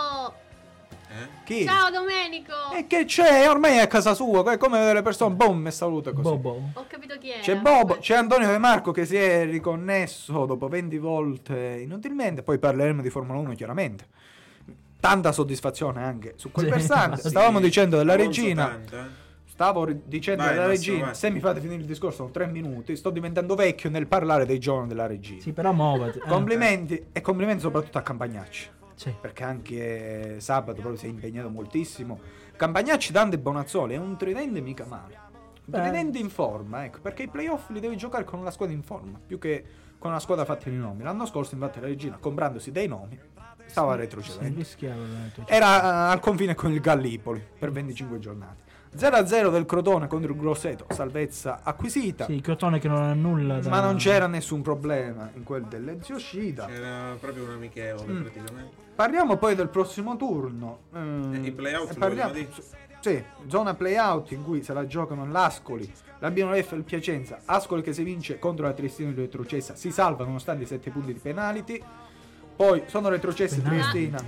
Chi? Ciao Domenico! E che c'è? Ormai è a casa sua, è come vedere le persone, boom, e saluta così. Bobo. Ho capito chi è. C'è Bobo, c'è Antonio De Marco che si è riconnesso dopo 20 volte inutilmente, poi parleremo di Formula 1 chiaramente. Tanta soddisfazione anche su quel versante. Stavamo dicendo della regina. Stavo dicendo della regina. Se mi fate finire il discorso, sono 3 minuti. Sto diventando vecchio nel parlare dei giorni della regina. Sì, però muovati. Complimenti e complimenti soprattutto a Campagnacci. Sì. Perché anche sabato proprio si è impegnato moltissimo. Campagnacci, Dante e Bonazzoli è un tridente mica male. Un tridente in forma, ecco. Perché i playoff li devi giocare con una squadra in forma più che con una squadra fatta di nomi. L'anno scorso, infatti, la regina, comprandosi dei nomi, stava retrocedendo. Era al confine con il Gallipoli per 25 giornate. 0-0 del Crotone contro il Grosseto, salvezza acquisita. Sì, il Crotone che non ha nulla ma non c'era nessun problema in quel dell'Enzio Scida. C'era proprio un amichevole praticamente. Parliamo poi del prossimo turno. I playout sì, zona playout in cui se la giocano l'Ascoli, la B9F e il Piacenza. Ascoli che se vince contro la Triestina di Retrocessa si salva nonostante i 7 punti di penalty. Poi sono retrocessi Triestina.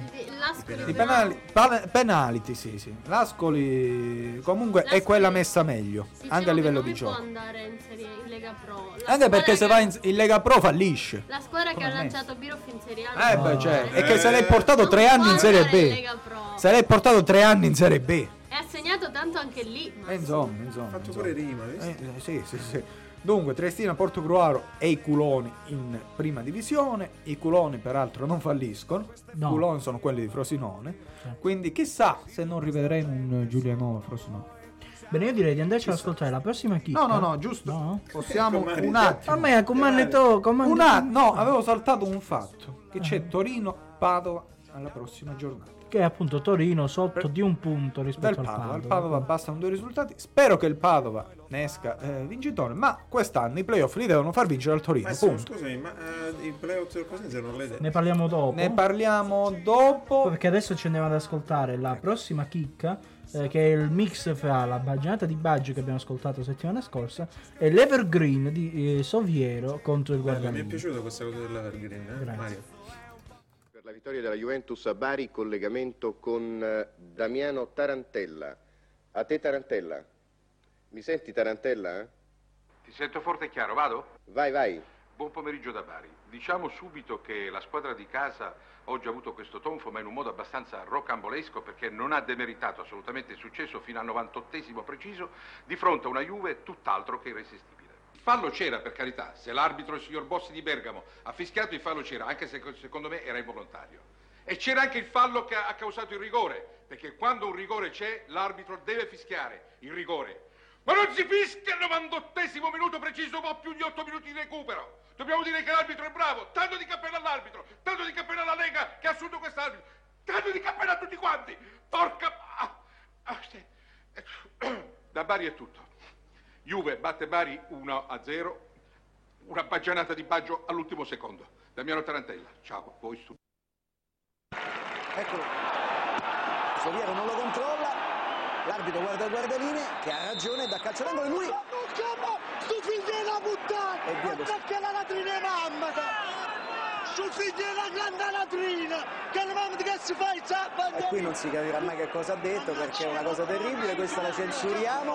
Penalty, sì. L'Ascoli comunque è quella messa meglio, anche a livello di gioco. Non può andare in Lega Pro. Anche perché se va in Lega Pro fallisce. La squadra che ha lanciato Biroff in Serie A. E che se l'hai portato 3 anni in Serie B. Se l'hai portato 3 anni in Serie B. E ha segnato tanto anche lì. Insomma. Ha fatto pure rima, sì. Dunque, Triestina, Portogruaro e i Culoni in prima divisione. I Culoni, peraltro, non falliscono. I Culoni sono quelli di Frosinone. Quindi, chissà se non rivedremo un Giuliano Frosinone. Bene, io direi di andarci ad ascoltare la prossima chicca. No, giusto. No? Possiamo un attimo. A me, No, avevo saltato un fatto. Che c'è Torino-Padova alla prossima giornata. Che è appunto Torino sotto di un punto rispetto al Padova. Al Padova bastano 2 risultati. Spero che il Padova ne esca vincitore, ma quest'anno i playoff li devono far vincere al Torino. Scusami, ma i playoff del Cosenza non le ne parliamo dopo. Perché adesso ci andiamo ad ascoltare la prossima chicca, che è il mix fra la baggianata di Baggio che abbiamo ascoltato settimana scorsa e l'Evergreen di Soviero contro il Guardalini. Mi è piaciuta questa cosa dell'Evergreen, Mario. La vittoria della Juventus a Bari, collegamento con Damiano Tarantella. A te Tarantella. Mi senti Tarantella? Ti sento forte e chiaro, vado? Vai. Buon pomeriggio da Bari. Diciamo subito che la squadra di casa oggi ha avuto questo tonfo, ma in un modo abbastanza rocambolesco, perché non ha demeritato assolutamente il successo fino al 98esimo preciso di fronte a una Juve tutt'altro che irresistibile. fallo c'era, per carità. Se l'arbitro, il signor Bossi di Bergamo, ha fischiato, il fallo c'era, anche se secondo me era involontario. E c'era anche il fallo che ha causato il rigore, perché quando un rigore c'è, l'arbitro deve fischiare il rigore. Ma non si fischia al 98esimo minuto preciso, ma più di 8 minuti di recupero. Dobbiamo dire che l'arbitro è bravo. Tanto di cappello all'arbitro, tanto di cappello alla Lega che ha assunto quest'arbitro, tanto di cappello a tutti quanti. Porca... Da Bari è tutto. Juve batte Bari 1-0, una baggianata di Baggio all'ultimo secondo. Damiano Tarantella, ciao, voi su. Eccolo, Soliero non lo controlla, l'arbitro guarda il guardaline che ha ragione, dà calcio d'angolo e lui... Sto figlio della puttana! Perché la latrina è mamma! Sto figlio della grande latrina! Che la mamma che si fa il sabato! E qui non si capirà mai che cosa ha detto perché è una cosa terribile, questa la censuriamo.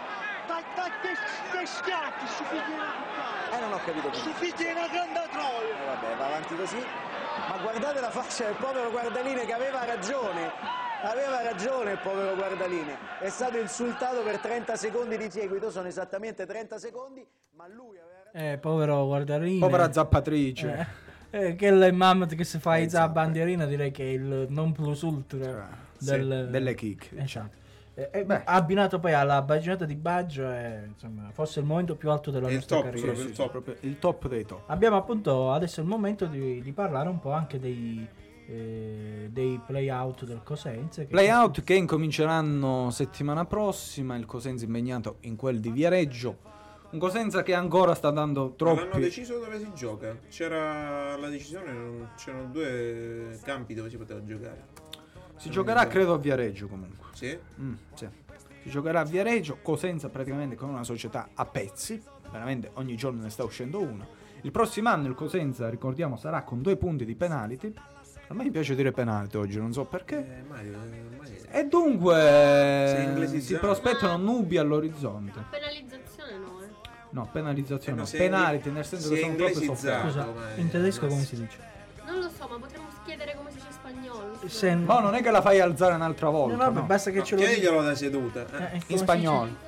Che schiatti, sto figlio della puttana! Non ho capito più. Sto figlio della grande troia! Vabbè, va avanti così. Ma guardate la faccia del povero Guardaline che aveva ragione il povero Guardaline, è stato insultato per 30 secondi di seguito, sono esattamente 30 secondi, ma lui aveva povero Guardaline, povera zappatrice, che le mamme che si fa i bandierina, direi che è il non plus ultra delle kick, esatto. Abbinato poi alla bagginata di Baggio, insomma, forse il momento più alto della nostra carriera. Il top dei top. Abbiamo appunto adesso il momento di parlare un po' anche dei play-out del Cosenza. Play-out che incominceranno settimana prossima, il Cosenza impegnato in quel di Viareggio. Un Cosenza che ancora sta dando troppi... Non hanno deciso dove si gioca. C'era la decisione, c'erano 2 campi dove si poteva giocare. Si giocherà credo a Viareggio comunque. Sì? Sì. Si giocherà a Viareggio, Cosenza praticamente con una società a pezzi, veramente ogni giorno ne sta uscendo uno. Il prossimo anno il Cosenza, ricordiamo, sarà con 2 punti di penalty. A me piace dire penalty oggi, non so perché. E dunque si prospettano nubi all'orizzonte. Penalizzazione no, No, penalizzazione no, penalty nel senso che sono troppe sofferenze. Scusa, in tedesco come si dice? Non lo so, ma potremmo chiedere come si dice in spagnolo. No, non è che la fai alzare un'altra volta. No, basta che ce lo chiediglielo da seduta. In spagnolo.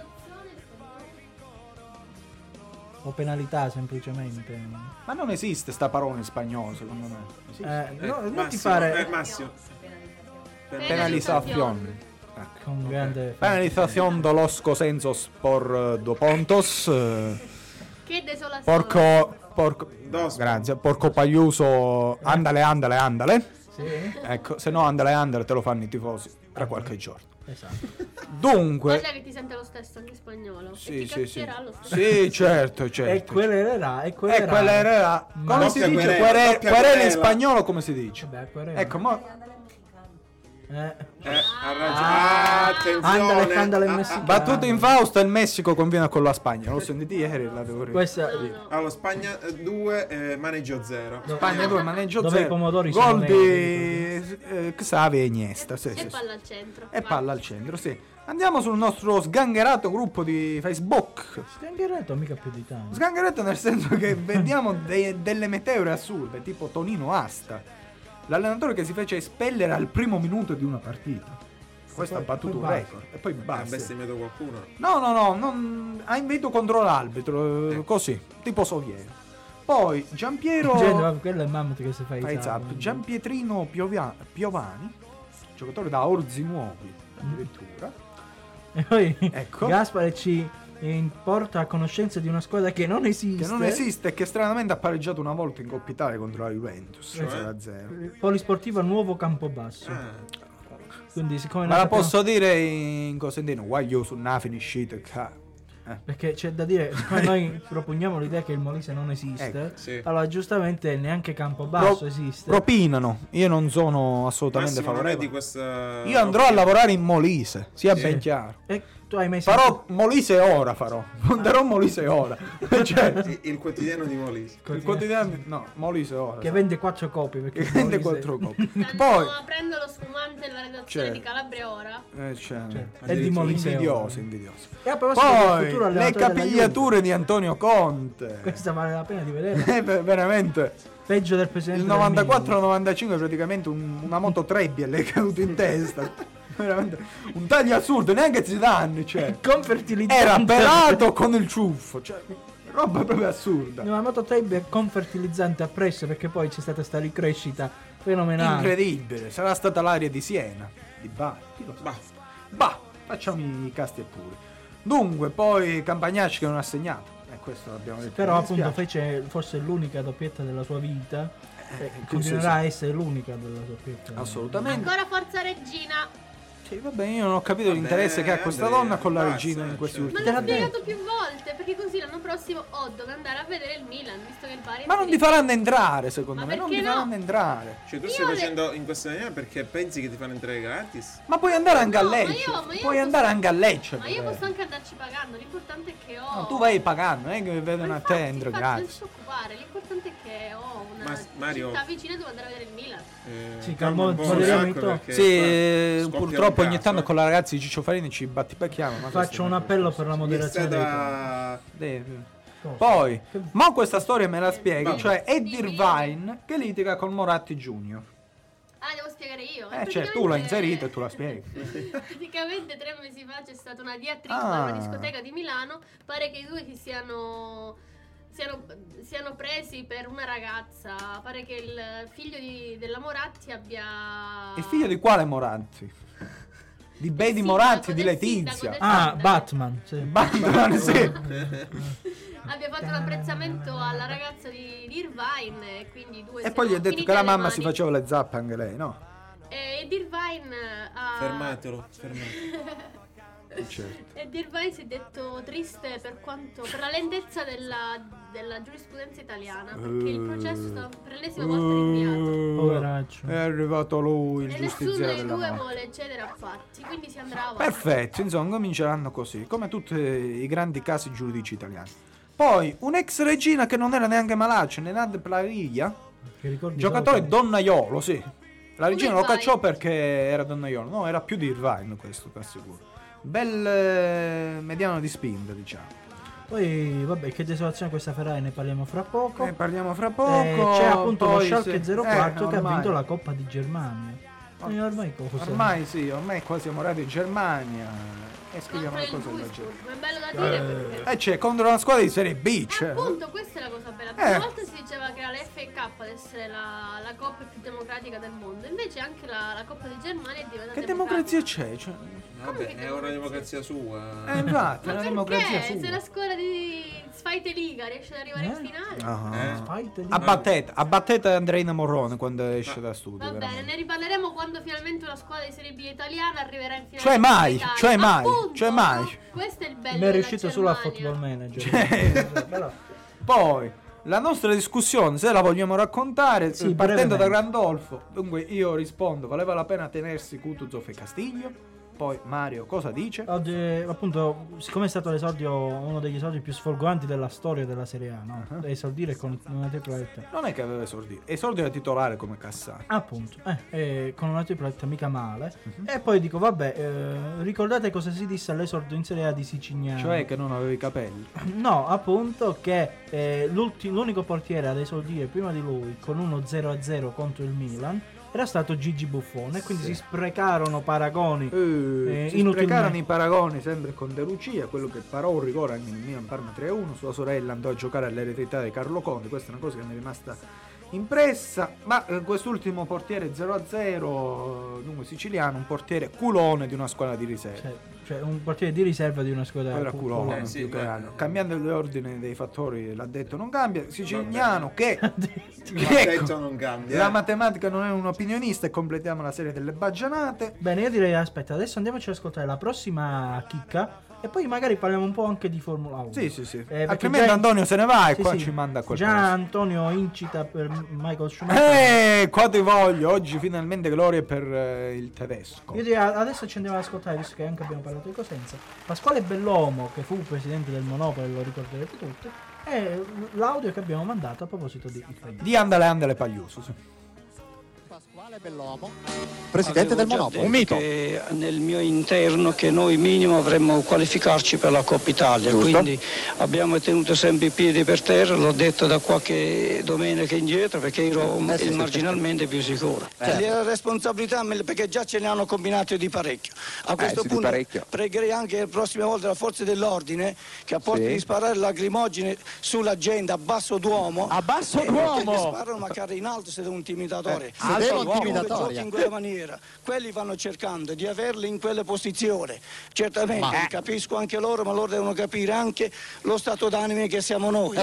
O penalità semplicemente. Ma non esiste sta parola in spagnolo, secondo me. Non ti pare Massimo. Penalizzazione. Con grande penalizzación de los cosensos por 2 puntos. Che desolazione. Grazie. Porco pagliuso. Andale. Sì. Ecco, se no andale te lo fanno i tifosi tra qualche giorno. Esatto. Dunque, guarda che ti sente lo stesso anche in spagnolo. Sì, e ti cazzierà lo stesso. Sì, certo. E querela. Come si dice? Querela in spagnolo come si dice? Ecco, attenzione. Andale il messicano. Battuta in Fausta, il Messico conviene con la Spagna. L'ho sentito ieri, la devo ripetere. Allora, Spagna 2, maneggio 0. Spagna 2, maneggio 0. Dove i pomodori gol sono di Xavi e Iniesta. E palla al centro. E palla al centro, sì. Andiamo sul nostro sgangherato gruppo di Facebook. Sgangherato mica più di tanto. Sgangherato nel senso che vediamo delle meteore assurde, tipo Tonino Asta, l'allenatore che si fece espellere al primo minuto di una partita. Questo ha battuto un record. E poi basta. Ha bestemmiato qualcuno? No, ha invito contro l'arbitro, così, tipo Soviero. Poi Giampiero quello è Mammut che si fa i zap. Giampietrino Piovani, giocatore da Orzi Nuovi addirittura. E poi ecco. Gaspare ci porta a conoscenza di una squadra che non esiste. E che stranamente ha pareggiato una volta in Coppa Italia contro la Juventus 0-0. Polisportiva Nuovo Campobasso. Quindi siccome ma la posso dire in cosentino, guaglio su una finiscita perché c'è da dire, siccome noi proponiamo l'idea che il Molise non esiste, sì. Allora giustamente neanche Campobasso esiste. Propinano, io non sono assolutamente favorevole di questa... Io andrò a lavorare in Molise, sia ben chiaro. E tu hai mai farò Molise ora, fonderò Molise ora. Cioè, il quotidiano di Molise. Il quotidiano no, Molise ora. Che vende 4 copie perché vende 4 copie. Poi aprendo lo spumante nella redazione di Calabria ora. È di Molise. Invidioso. E poi le capigliature di Antonio Conte. Questa vale la pena di vedere. Veramente peggio del presidente. Il 94-95 praticamente una moto Trebbia le è caduto in testa. Veramente un taglio assurdo, neanche Zidane, cioè. Con fertilizzante. Era pelato con il ciuffo, cioè Roba proprio assurda. No, la Mototape è con fertilizzante appresso, perché poi c'è stata sta ricrescita fenomenale. Incredibile. Sarà stata l'aria di Siena, di Bari. Chi lo sa? Bah, facciamo i casti e puri. Dunque, poi Campagnacci che non ha segnato. Questo l'abbiamo detto. Però appunto fece forse l'unica doppietta della sua vita. Continuerà a essere l'unica della doppietta. Assolutamente. Ancora forza Regina. Sì, vabbè, io non ho capito l'interesse che ha questa donna con la regina in questi ultimi anni. Ma l'ho spiegato più volte, perché così l'anno prossimo devo andare a vedere il Milan, visto che il Bari. Ma non ti faranno entrare, secondo me. Non ti faranno entrare. Cioè, tu stai facendo in questa maniera perché pensi che ti fanno entrare gratis? Ma puoi andare anche a Lecce. Puoi andare anche a Lecce. Ma io posso anche andarci pagando. L'importante è che ho. No, tu vai pagando, non è che vedono a te entro gratis. Non ti preoccupare, l'importante è che ho una città vicina dove andare a vedere il Milan. Sì, calmo, sì, purtroppo ogni tanto con la ragazza di Ciccio Farini ci battipacchiamo. Faccio un appello per la moderazione Poi, ma questa storia me la spieghi, cioè Eddie Irvine che litiga con Moratti Junior. Ah, devo spiegare io? Cioè tu l'hai inserito e tu la spieghi. Praticamente 3 mesi fa c'è stata una diatriba a una discoteca di Milano. Pare che i due si siano presi per una ragazza. Pare che il figlio della Moratti abbia... Il figlio di quale Moratti? Di Bedi Moratti, di Letizia. Batman. Sì. Batman, sì. Abbia fatto un apprezzamento alla ragazza di Irvine e quindi i due. E poi gli ha detto che la mamma si faceva le zappe anche lei, no? Ed Irvine ha... Fermatelo. Certo. Ed Irvine si è detto triste per la lentezza della giurisprudenza italiana, perché il processo sta per l'ennesima volta rinviato. Poveraccio. È arrivato lui, il e nessuno giustiziere dei della due morte. vuole cedere a fatti, quindi si andrà avanti. Perfetto, insomma, cominceranno così, come tutti i grandi casi giuridici italiani. Poi, un'ex regina che non era neanche malaccia, Nenad Plaviglia, giocatore donnaiolo, sì. La regina lo cacciò perché era donnaiolo, no, era più di Irvine questo, ti assicuro. Bel mediano di spinta, diciamo. Poi, vabbè, che desolazione questa Ferrari, ne parliamo fra poco. C'è appunto lo Schalke 04 che ha vinto la Coppa di Germania. Ormai qua siamo arrivati in Germania e scriviamo le cose della gente. È bello da dire perché... c'è contro una squadra di Serie B, appunto, questa è la cosa bella. Una volta si diceva che era la FA Cup ad essere la coppa più democratica del mondo, invece anche la Coppa di Germania è diventata che democrazia c'è? Cioè... Vabbè, è una democrazia sua. Infatti, è una democrazia sua. Se la squadra di Sfaite Liga riesce ad arrivare in finale. Abbattete Andreina Morrone quando esce da studio. Va bene, ne riparleremo quando finalmente una squadra di Serie B italiana arriverà in finale. Cioè mai. Questo è il bello. Mi è riuscito solo a Football Manager. Poi la nostra discussione, se la vogliamo raccontare, partendo da Grandolfo. Dunque io rispondo, valeva la pena tenersi Kutuzov e Castiglio. Poi Mario cosa dice? Oggi, appunto, siccome è stato l'esordio, uno degli esordi più sfolgoranti della storia della Serie A, no? Esordire con una tripletta. Non è che aveva esordio da titolare come Cassano. Appunto, con una tripletta mica male. E poi dico, vabbè, ricordate cosa si disse all'esordio in Serie A di Sicignano? Cioè che non aveva i capelli. No, appunto che l'unico portiere ad esordire prima di lui con uno 0-0 contro il Milan era stato Gigi Buffon, e quindi si sprecarono paragoni. Si sprecarono i paragoni sempre con De Lucia, quello che parò un rigore anche nel Milan Parma 3-1. Sua sorella andò a giocare all'eredità di Carlo Conti. Questa è una cosa che mi è rimasta impressa. Ma quest'ultimo portiere 0-0, dunque siciliano, un portiere culone di una squadra di riserva. Cioè un portiere di riserva di una squadra era culone, più che altro. Cambiando l'ordine dei fattori, l'ha detto non cambia. Siciliano che detto non cambia. La matematica non è un opinionista, e completiamo la serie delle baggianate. Bene, io direi aspetta, adesso andiamoci ad ascoltare la prossima chicca e poi magari parliamo un po' anche di Formula 1. Sì. Altrimenti Antonio se ne va e qua ci manda a qualcosa. Già Antonio incita per Michael Schumacher. Qua ti voglio. Oggi finalmente gloria per il tedesco. Io direi adesso ci andiamo ad ascoltare, visto che anche abbiamo parlato di Cosenza, Pasquale Bellomo, che fu presidente del Monopoli, lo ricorderete tutti, e l'audio che abbiamo mandato a proposito di Andale Pagliuso. Pasquale Bellomo, presidente del Monopolo. Un mito. Nel mio interno che noi minimo avremmo qualificarci per la Coppa Italia, giusto. Quindi abbiamo tenuto sempre i piedi per terra, l'ho detto da qualche domenica indietro perché ero marginalmente più sicuro. Le responsabilità perché già ce ne hanno combinate di parecchio. A questo punto pregherei anche la prossima volta la forza dell'ordine che a posto di sparare lacrimogene sulla gente a basso Duomo, sparano magari in alto se è un intimidatore. In quella maniera, quelli vanno cercando di averli in quelle posizioni. Certamente capisco anche loro, ma loro devono capire anche lo stato d'animo che siamo noi.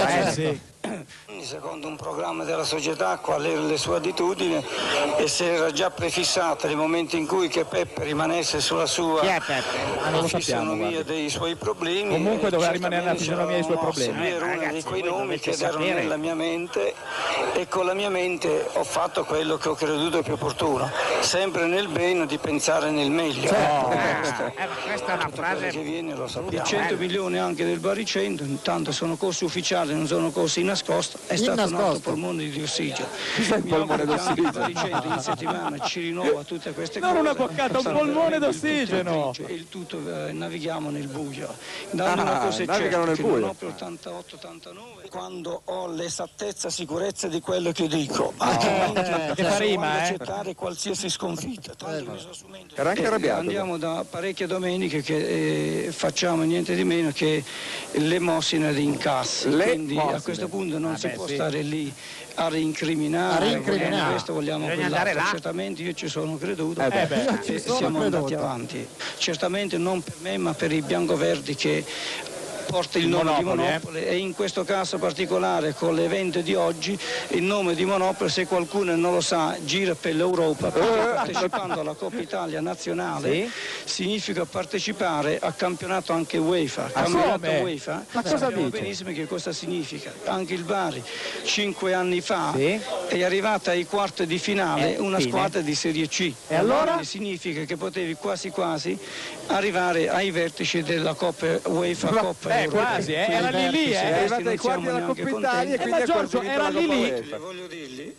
Secondo un programma della società, quali erano le sue attitudini e se era già prefissata nel momento in cui che Peppe rimanesse sulla sua fisionomia dei suoi problemi. Comunque doveva rimanere nella fisionomia dei suoi problemi. Era uno di quei nomi che erano nella mia mente e con la mia mente ho fatto quello che ho creduto più opportuno, sempre nel bene di pensare nel meglio. Questa è una frase che viene, lo sappiamo. I 100 milioni anche del Baricentro, intanto sono costi ufficiali, non sono costi nascosti, è stato un altro polmone di ossigeno. Il polmone d'ossigeno? Il Baricentro in settimana ci rinnova tutte queste cose. Non una boccata, un polmone d'ossigeno! E il tutto navighiamo nel buio. Una cosa è certa, che non ho per 88-89 quando ho l'esattezza sicurezza di quello che dico, altrimenti accettare qualsiasi sconfitta. Era anche arrabbiato. Andiamo da parecchie domeniche che facciamo niente di meno che l'emosina di incassi, quindi a questo punto non si può stare lì a rincriminare. Questo vogliamo quell'altro. Certamente io ci sono creduto e siamo andati avanti, certamente non per me ma per i biancoverdi che porta il nome di Monopoli e in questo caso particolare con l'evento di oggi il nome di Monopoli, se qualcuno non lo sa, gira per l'Europa perché partecipando alla Coppa Italia nazionale significa partecipare al campionato anche UEFA. UEFA, sappiamo benissimo che cosa significa. Anche il Bari 5 anni fa è arrivata ai quarti di finale una squadra di Serie C. E allora significa che potevi quasi arrivare ai vertici della Coppa UEFA. Quasi, era lì, è arrivata ai quarti della Coppa Italia e quindi Giorgio era lì. Voglio dirgli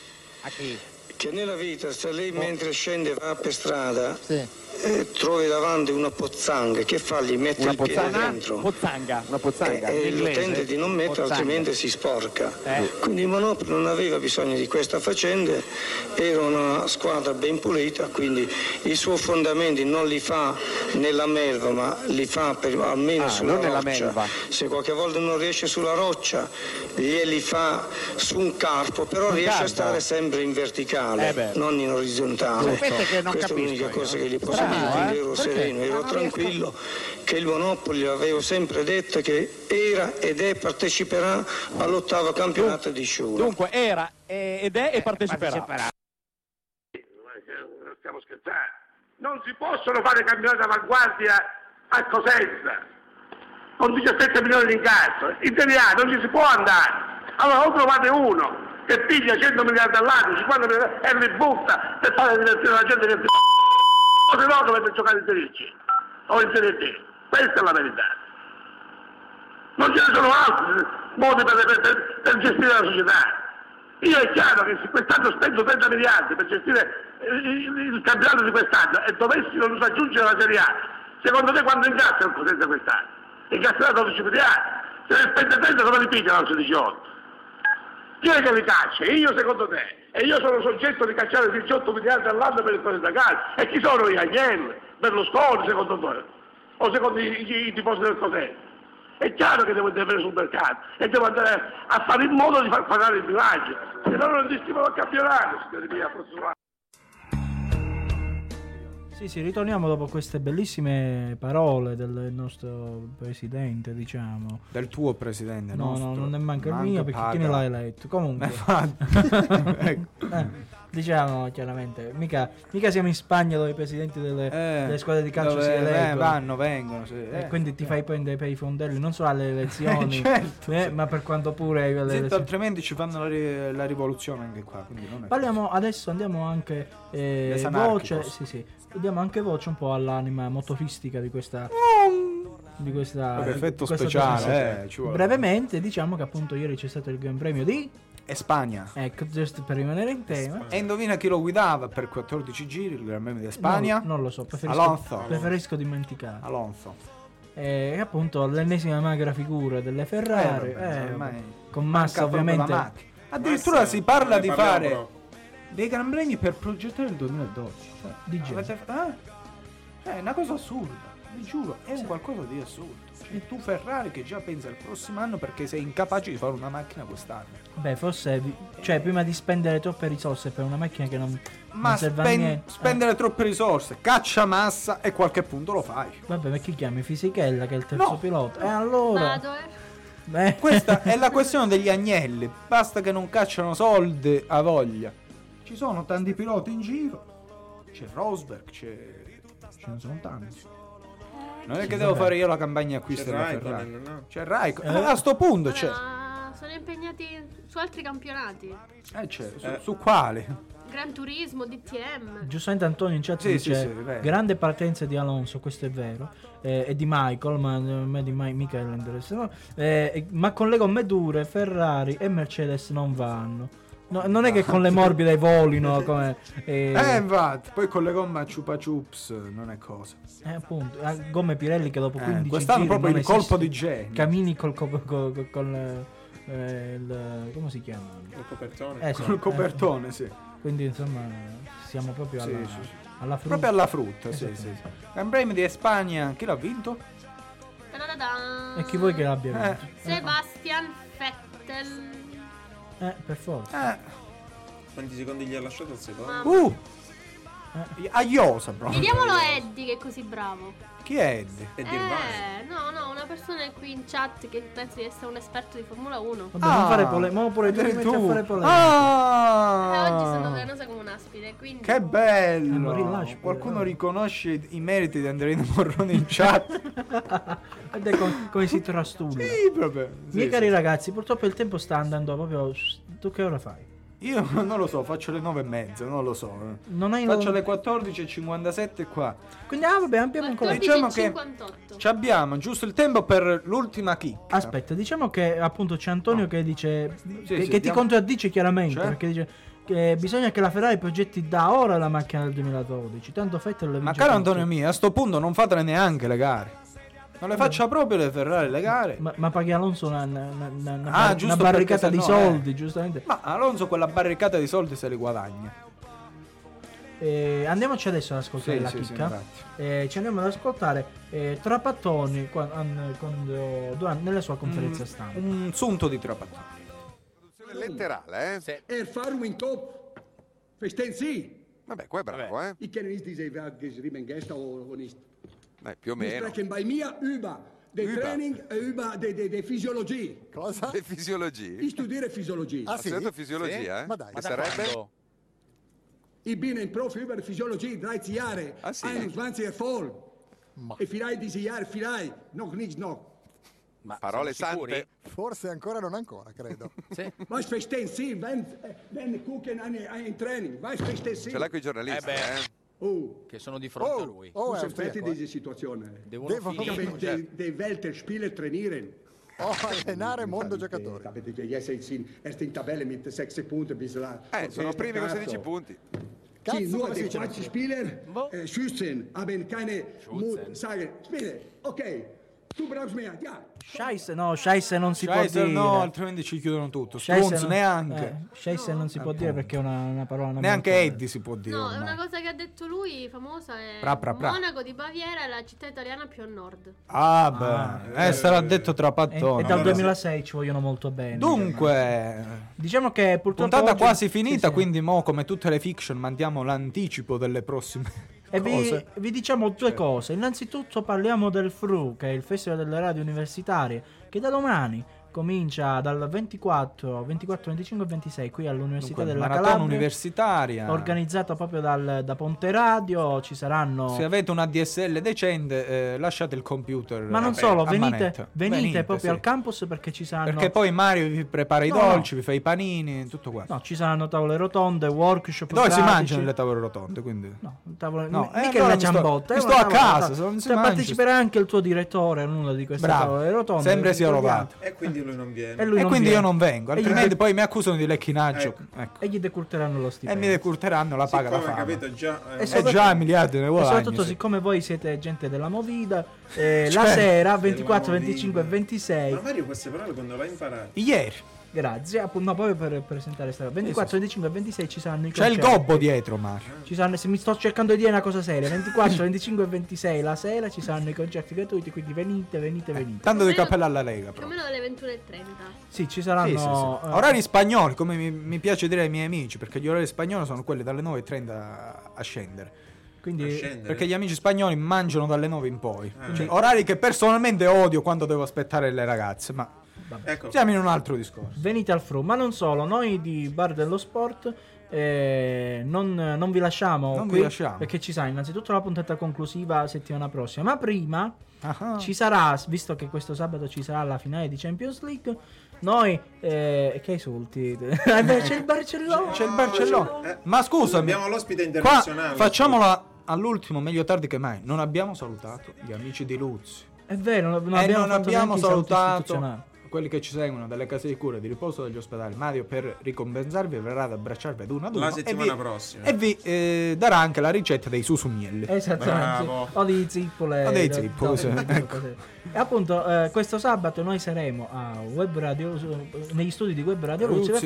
che nella vita se lei mentre scende va per strada trovi davanti una pozzanga, che fa? Gli mette il piede dentro. Una pozzanga. E lo tende di non mettere, altrimenti si sporca. Quindi Monopoli non aveva bisogno di questa faccenda, era una squadra ben pulita, quindi i suoi fondamenti non li fa nella melva, ma li fa almeno sulla roccia. Se qualche volta non riesce sulla roccia, glieli fa su un carpo, però riesce a stare sempre in verticale, non in orizzontale. Questa è l'unica cosa che gli posso dire. Ero sereno, ero tranquillo, che il Monopoli avevo sempre detto che era ed è parteciperà all'8º campionato di Sciura. Dunque era ed è e parteciperà. Stiamo scherzando. Non si possono fare campionati d'avanguardia a Cosenza con 17 milioni di incasso. In Serie A non ci si può andare. Allora o trovate uno che piglia 100 miliardi all'anno, 50 miliardi e li butta per fare la direzione della gente che o se no dovete giocare in Serie C o in Serie D. Questa è la verità. Non ce ne sono altri modi per gestire la società. Io è chiaro che se quest'anno spendo 30 miliardi per gestire il campionato di quest'anno e dovessero aggiungere la Serie A, secondo te quando incassa il Cosenza quest'anno? Incasserà 12 miliardi. Se ne spende 30 come li piglia l'altro 18? Chi è che li caccia? Io secondo te? E io sono soggetto di cacciare 18 miliardi all'anno per il Cosenza Calcio. E chi sono gli Agnelli? Berlusconi secondo te? O secondo i tifosi del Cosenza? È chiaro che devo intervenire sul mercato e devo andare a fare in modo di far pagare il bilancio, se no non distimolo il campionato, signori miei, prossimo anno. Sì, ritorniamo dopo queste bellissime parole del nostro presidente, diciamo. Del tuo presidente, no, non ne manca il mio perché chi ne l'ha eletto. Comunque, diciamo chiaramente, mica siamo in Spagna dove i presidenti delle squadre di calcio si eleggono. Vengono. E quindi ti fai prendere per i fondelli non solo alle elezioni, ma per quanto pure altrimenti ci fanno la rivoluzione anche qua. Non parliamo adesso, andiamo anche voce. Diamo anche voce un po' all'anima motoristica di questa di questa effetto questa speciale, trasmissione. ci vuole. Brevemente diciamo che appunto ieri c'è stato il Gran Premio di Spagna. Ecco, giusto per rimanere in tema. E indovina chi lo guidava per 14 giri il Gran Premio di Spagna? Non lo so, Alonso. preferisco dimenticare. Alonso. E appunto l'ennesima magra figura delle Ferrari, ormai con Massa manca proprio ovviamente. la macchina. Addirittura Massa, si parla di parliamo fare però. dei Gran Premi per progettare il 2012. Di genere. È una cosa assurda, vi giuro, è un qualcosa di assurdo. E tu Ferrari che già pensa al prossimo anno perché sei incapace di fare una macchina quest'anno. Beh, forse cioè prima di spendere troppe risorse per una macchina che non serve a niente. Spendere troppe risorse, caccia Massa e qualche punto lo fai. Vabbè, ma chi chiami Fisichella che è il terzo pilota? E allora Vado, Questa è la questione degli agnelli. Basta che non cacciano soldi a voglia. Ci sono tanti piloti in giro. C'è Rosberg, ce ne sono tanti. Non è che devo fare io la campagna acquisto della Ferrari. No. C'è Raikkonen. A sto punto c'è. Ma sono impegnati su altri campionati. Su quali? Gran Turismo, DTM. Giustamente Antonio in chat Sì, dice sì, vero. grande partenza di Alonso, questo è vero, e di Michael, ma a me di Michael interessa, no? Ma con le gomme dure Ferrari e Mercedes non vanno. No, non è che con le morbide volino come infatti, poi con le gomme a Chupa Chups non è cosa. Appunto, gomme Pirelli che dopo 15 quest'anno giri proprio non il colpo esiste. di genio. Cammini col come si chiama? Il copertone. Sì, Col copertone, sì. Quindi insomma siamo proprio alla, Sì. alla frutta. Proprio alla frutta, sì. Gran Premio di Spagna, chi l'ha vinto? Ta-da-da-da. E chi vuoi che l'abbia vinto? Sebastian Vettel. Per forza. Quanti secondi gli ha lasciato al secondo? Aiosa proprio. Chiediamolo a Eddie che è così bravo. Chi è Eddie? No, una persona qui in chat che penso di essere un esperto di Formula 1. Vabbè, non fare polemica, pure tu mi metti a fare polemica. Oggi sono velenosa come un aspide, quindi Che bello! Qualcuno riconosce i meriti di Andreino Morrone in chat. Ed è come si trastulla. Sì, proprio. Miei cari ragazzi, purtroppo il tempo sta andando proprio. Tu che ora fai? Io non lo so, faccio le 9:30, non lo so. Non hai faccio le 14:57 qua. Quindi abbiamo ancora. Diciamo che abbiamo giusto il tempo per l'ultima chicca. Aspetta, diciamo che appunto c'è Antonio che dice che ti diamo... contraddice chiaramente, cioè? perché dice che bisogna che la Ferrari progetti da ora la macchina del 2012. Tanto Vettel le vince. Ma caro Antonio mio, a sto punto non fatele neanche le gare. Non le faccia proprio le Ferrari le gare. Ma paghi Alonso una giusto barricata di perché sennò, soldi, giustamente. Ma Alonso quella barricata di soldi se li guadagna. Andiamoci adesso ad ascoltare la chicca. Ci andiamo ad ascoltare Trapattoni nella sua conferenza stampa. Un sunto di Trapattoni. Letterale, Erfahrung top. Verstehen Sie? Vabbè, qua è bravo, Ich kenne nicht diese Werk geschrieben gestern oder nicht. Più o Wir meno. sprechen bei mir über den Training e über die Physiologie. Cosa? Le fisiologie? Ich studiere Physiologie. Ha studiato fisiologia, Sì? eh? Ma dai. Che sarebbe? Ich bin ein Profi über Physiologie, 13 Jahre, sì? 21 Erfolg. E vielleicht diese Jahre, vielleicht, noch nicht noch. Ma parole sante? Forse ancora non ancora, credo. Was verstehen Sie, wenn gucken ein Training? Was verstehen Sie? Ce l'ha con i giornalisti, che sono di fronte a lui. Du sofferti diese Situation. Die Weltspieler trainieren. Allenare mondo giocatori. Capite che jetzt sind erst in Tabelle mit 6 Punkten bis là. Sono primi con 16 punti. Sì, nur die 20 Spieler schützen, haben keine Mut, sagen, Spieler, okay, tu brauchst mehr, ja. Scheisse non si può dire. No, altrimenti ci chiudono tutto. Scheisse Strunz neanche. Scheisse non si può dire perché è una parola neanche Eddie si può dire. No, ormai. una cosa che ha detto lui famosa è Pra. Monaco di Baviera è la città italiana più a nord. Sarà detto Trapattoni. E dal 2006 ci vogliono molto bene. Dunque, diciamo che purtroppo puntata oggi... quasi finita, sì. quindi mo come tutte le fiction mandiamo l'anticipo delle prossime e cose. vi diciamo due cose. Innanzitutto parliamo del FRU, che è il Festival delle Radio Universitarie, che da domani comincia dal 24, 25 e 26 qui all'Università Dunque, della maratona Calabria, universitaria, organizzato proprio da Ponte Radio. Ci saranno, se avete una DSL decente, lasciate il computer, ma non solo, venite proprio sì, al campus, perché ci saranno, perché poi Mario vi prepara i dolci, vi fa i panini, tutto qua. No, ci saranno tavole rotonde, workshop dove pratici. si mangiano le tavole rotonde, quindi Mica allora la mi ciambotta, sto a casa, non si mangia. parteciperà anche il tuo direttore in una di queste tavole rotonde, sempre sia rovato, e quindi lui non viene, e quindi io non vengo, altrimenti poi mi accusano di lecchinaggio, e gli decurteranno lo e stipendio, mi decurteranno la paga da fama, capito, già già miliardi ne guadagni, e soprattutto siccome voi siete gente della Movida, la sera 24, 25 e 26. Ma Mario queste parole quando l'hai imparate? Ieri. Grazie, appunto, proprio per presentare sta 24, 25 e 26 ci saranno i c'è il concerti. gobbo dietro, Mario. Ci saranno, se mi sto cercando di dire una cosa seria, 24, 25 e 26 la sera ci saranno i concerti gratuiti, quindi venite. Tanto di cappello alla Lega, Più o meno dalle 21:30. Sì, ci saranno orari spagnoli, come mi piace dire ai miei amici, perché gli orari spagnoli sono quelli dalle 9:30 a scendere. Quindi, perché gli amici spagnoli mangiano dalle 9 in poi. Quindi, orari che personalmente odio quando devo aspettare le ragazze, ma ecco, siamo in un altro discorso. Venite al Fru, ma non solo, noi di Bar dello Sport non vi lasciamo qui, perché ci sarà innanzitutto la puntata conclusiva settimana prossima, ma prima ci sarà, visto che questo sabato ci sarà la finale di Champions League, noi che esulti c'è il Barcellona, ma scusami, abbiamo l'ospite internazionale, facciamola all'ultimo, meglio tardi che mai. Non abbiamo salutato gli amici di Luzzi, è vero, non abbiamo salutato quelli che ci seguono dalle case di cura, di riposo, dagli ospedali. Mario, per ricompensarvi, verrà ad abbracciarvi ad uno la settimana prossima e vi darà anche la ricetta dei susumielli. Esattamente. O dei zippole. Ecco. E appunto questo sabato noi saremo a Web Radio, negli studi di Web Radio Luzzi,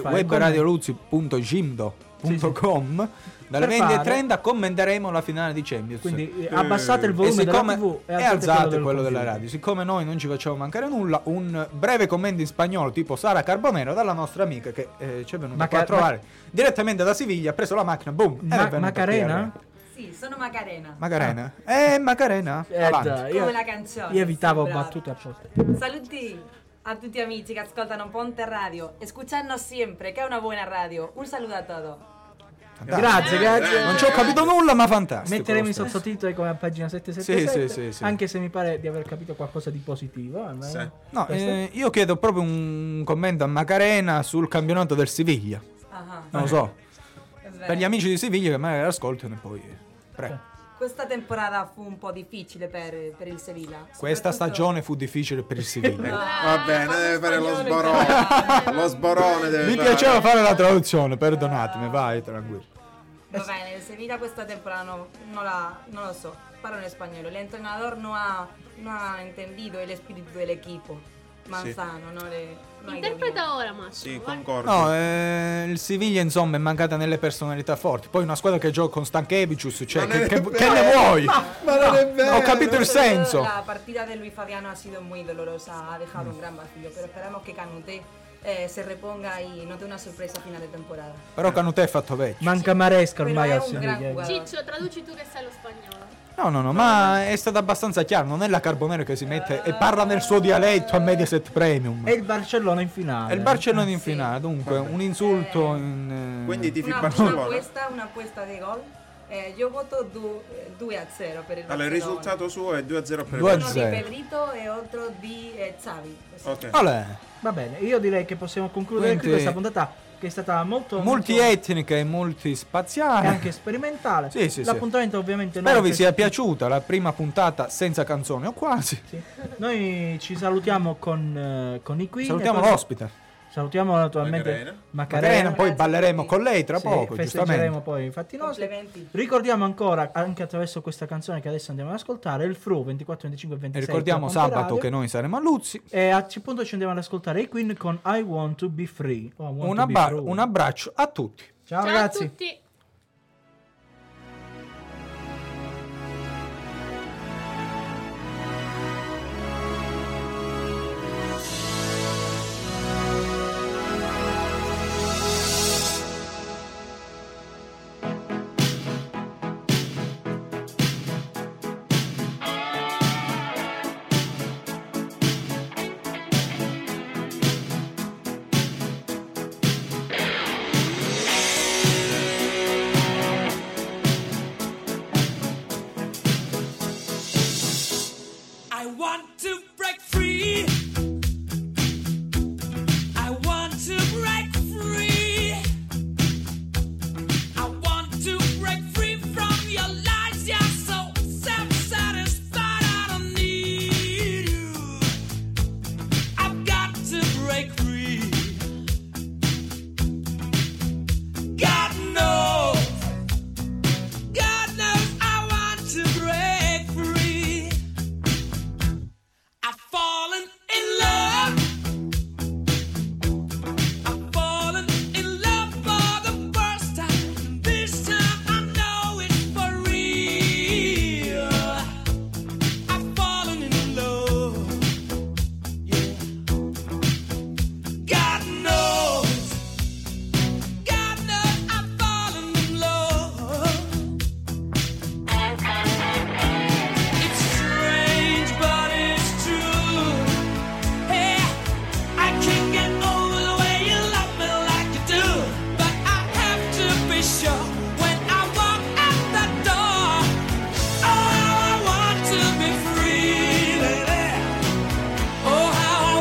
webradioluzzi.gimdo.com. Dalle 20:30 commenteremo la finale di Champions. Quindi abbassate il volume della TV e alzate quello della radio. Siccome noi non ci facciamo mancare nulla, un breve commento in spagnolo tipo Sara Carbonero dalla nostra amica che ci è venuta qua a trovare direttamente da Siviglia, ha preso la macchina, boom, Macarena? Sì, sono Macarena. Macarena? Macarena? Come la canzone. Io evitavo battute apposta. Saluti a tutti amici che ascoltano Ponte Radio, escucharnos sempre, che è una buona radio. Un saluto a tutti. Grazie. Non ci ho capito nulla, ma fantastico. Metteremo i sottotitoli come a pagina 777. Sì. Anche se mi pare di aver capito qualcosa di positivo. No, io chiedo proprio un commento a Macarena sul campionato del Siviglia. Non lo so. Per gli amici di Siviglia che magari ascoltano e poi. Prego. Questa temporata fu un po' difficile per il Sevilla. Questa stagione fu difficile per il Siviglia. Va bene, deve fare lo sborone. Lo sborone deve Mi piaceva fare la traduzione, perdonatemi, vai, tranquillo. Va bene, il Sevilla questa temporada no lo so, parlo en español. El entrenador no ha entendido el espíritu del equipo. Manzano, interpreta ora, Massimo. Sì, concordo. No, il Siviglia insomma è mancata nelle personalità forti. Poi una squadra che gioca con Stanchevicius, cioè che ne vuoi? Ma non è vero. Ho capito il senso. La partida de Luis Fabiano ha sido muy dolorosa, ha dejado un gran vacío, pero esperamos que Canuté se reponga y nos dé una sorpresa a fine de temporada. Però Canuté è fatto vecchio. Manca Maresca ormai al Siviglia. Ciccio, traduci tu che sai lo spagnolo. No, ma è stato abbastanza chiaro. Non è la Carbonero che si mette e parla nel suo dialetto a Mediaset Premium. E il Barcellona in finale. E il Barcellona in finale, dunque un insulto Quindi ti una apuesta di gol. Io voto 2-0 per il Barcellona. Il risultato suo è 2-0 per il Barcellona. Uno di Pedrito e altro di Xavi. Okay. Va bene, io direi che possiamo concludere qui questa puntata che è stata molto multietnica e multispaziale e anche sperimentale. Sì. L'appuntamento ovviamente spero vi sia piaciuta la prima puntata senza canzoni o quasi. Sì. Noi ci salutiamo con i Queen. Salutiamo l'ospite. Salutiamo naturalmente Macarena, poi balleremo con lei tra poco, festeggeremo poi infatti nostri. Ricordiamo ancora anche attraverso questa canzone che adesso andiamo ad ascoltare il Fru 24, 25 e 26. E ricordiamo sabato che noi saremo a Luzzi e a questo punto ci andiamo ad ascoltare i Queen con I Want to Be Free. Un abbraccio a tutti. Ciao ragazzi. A tutti.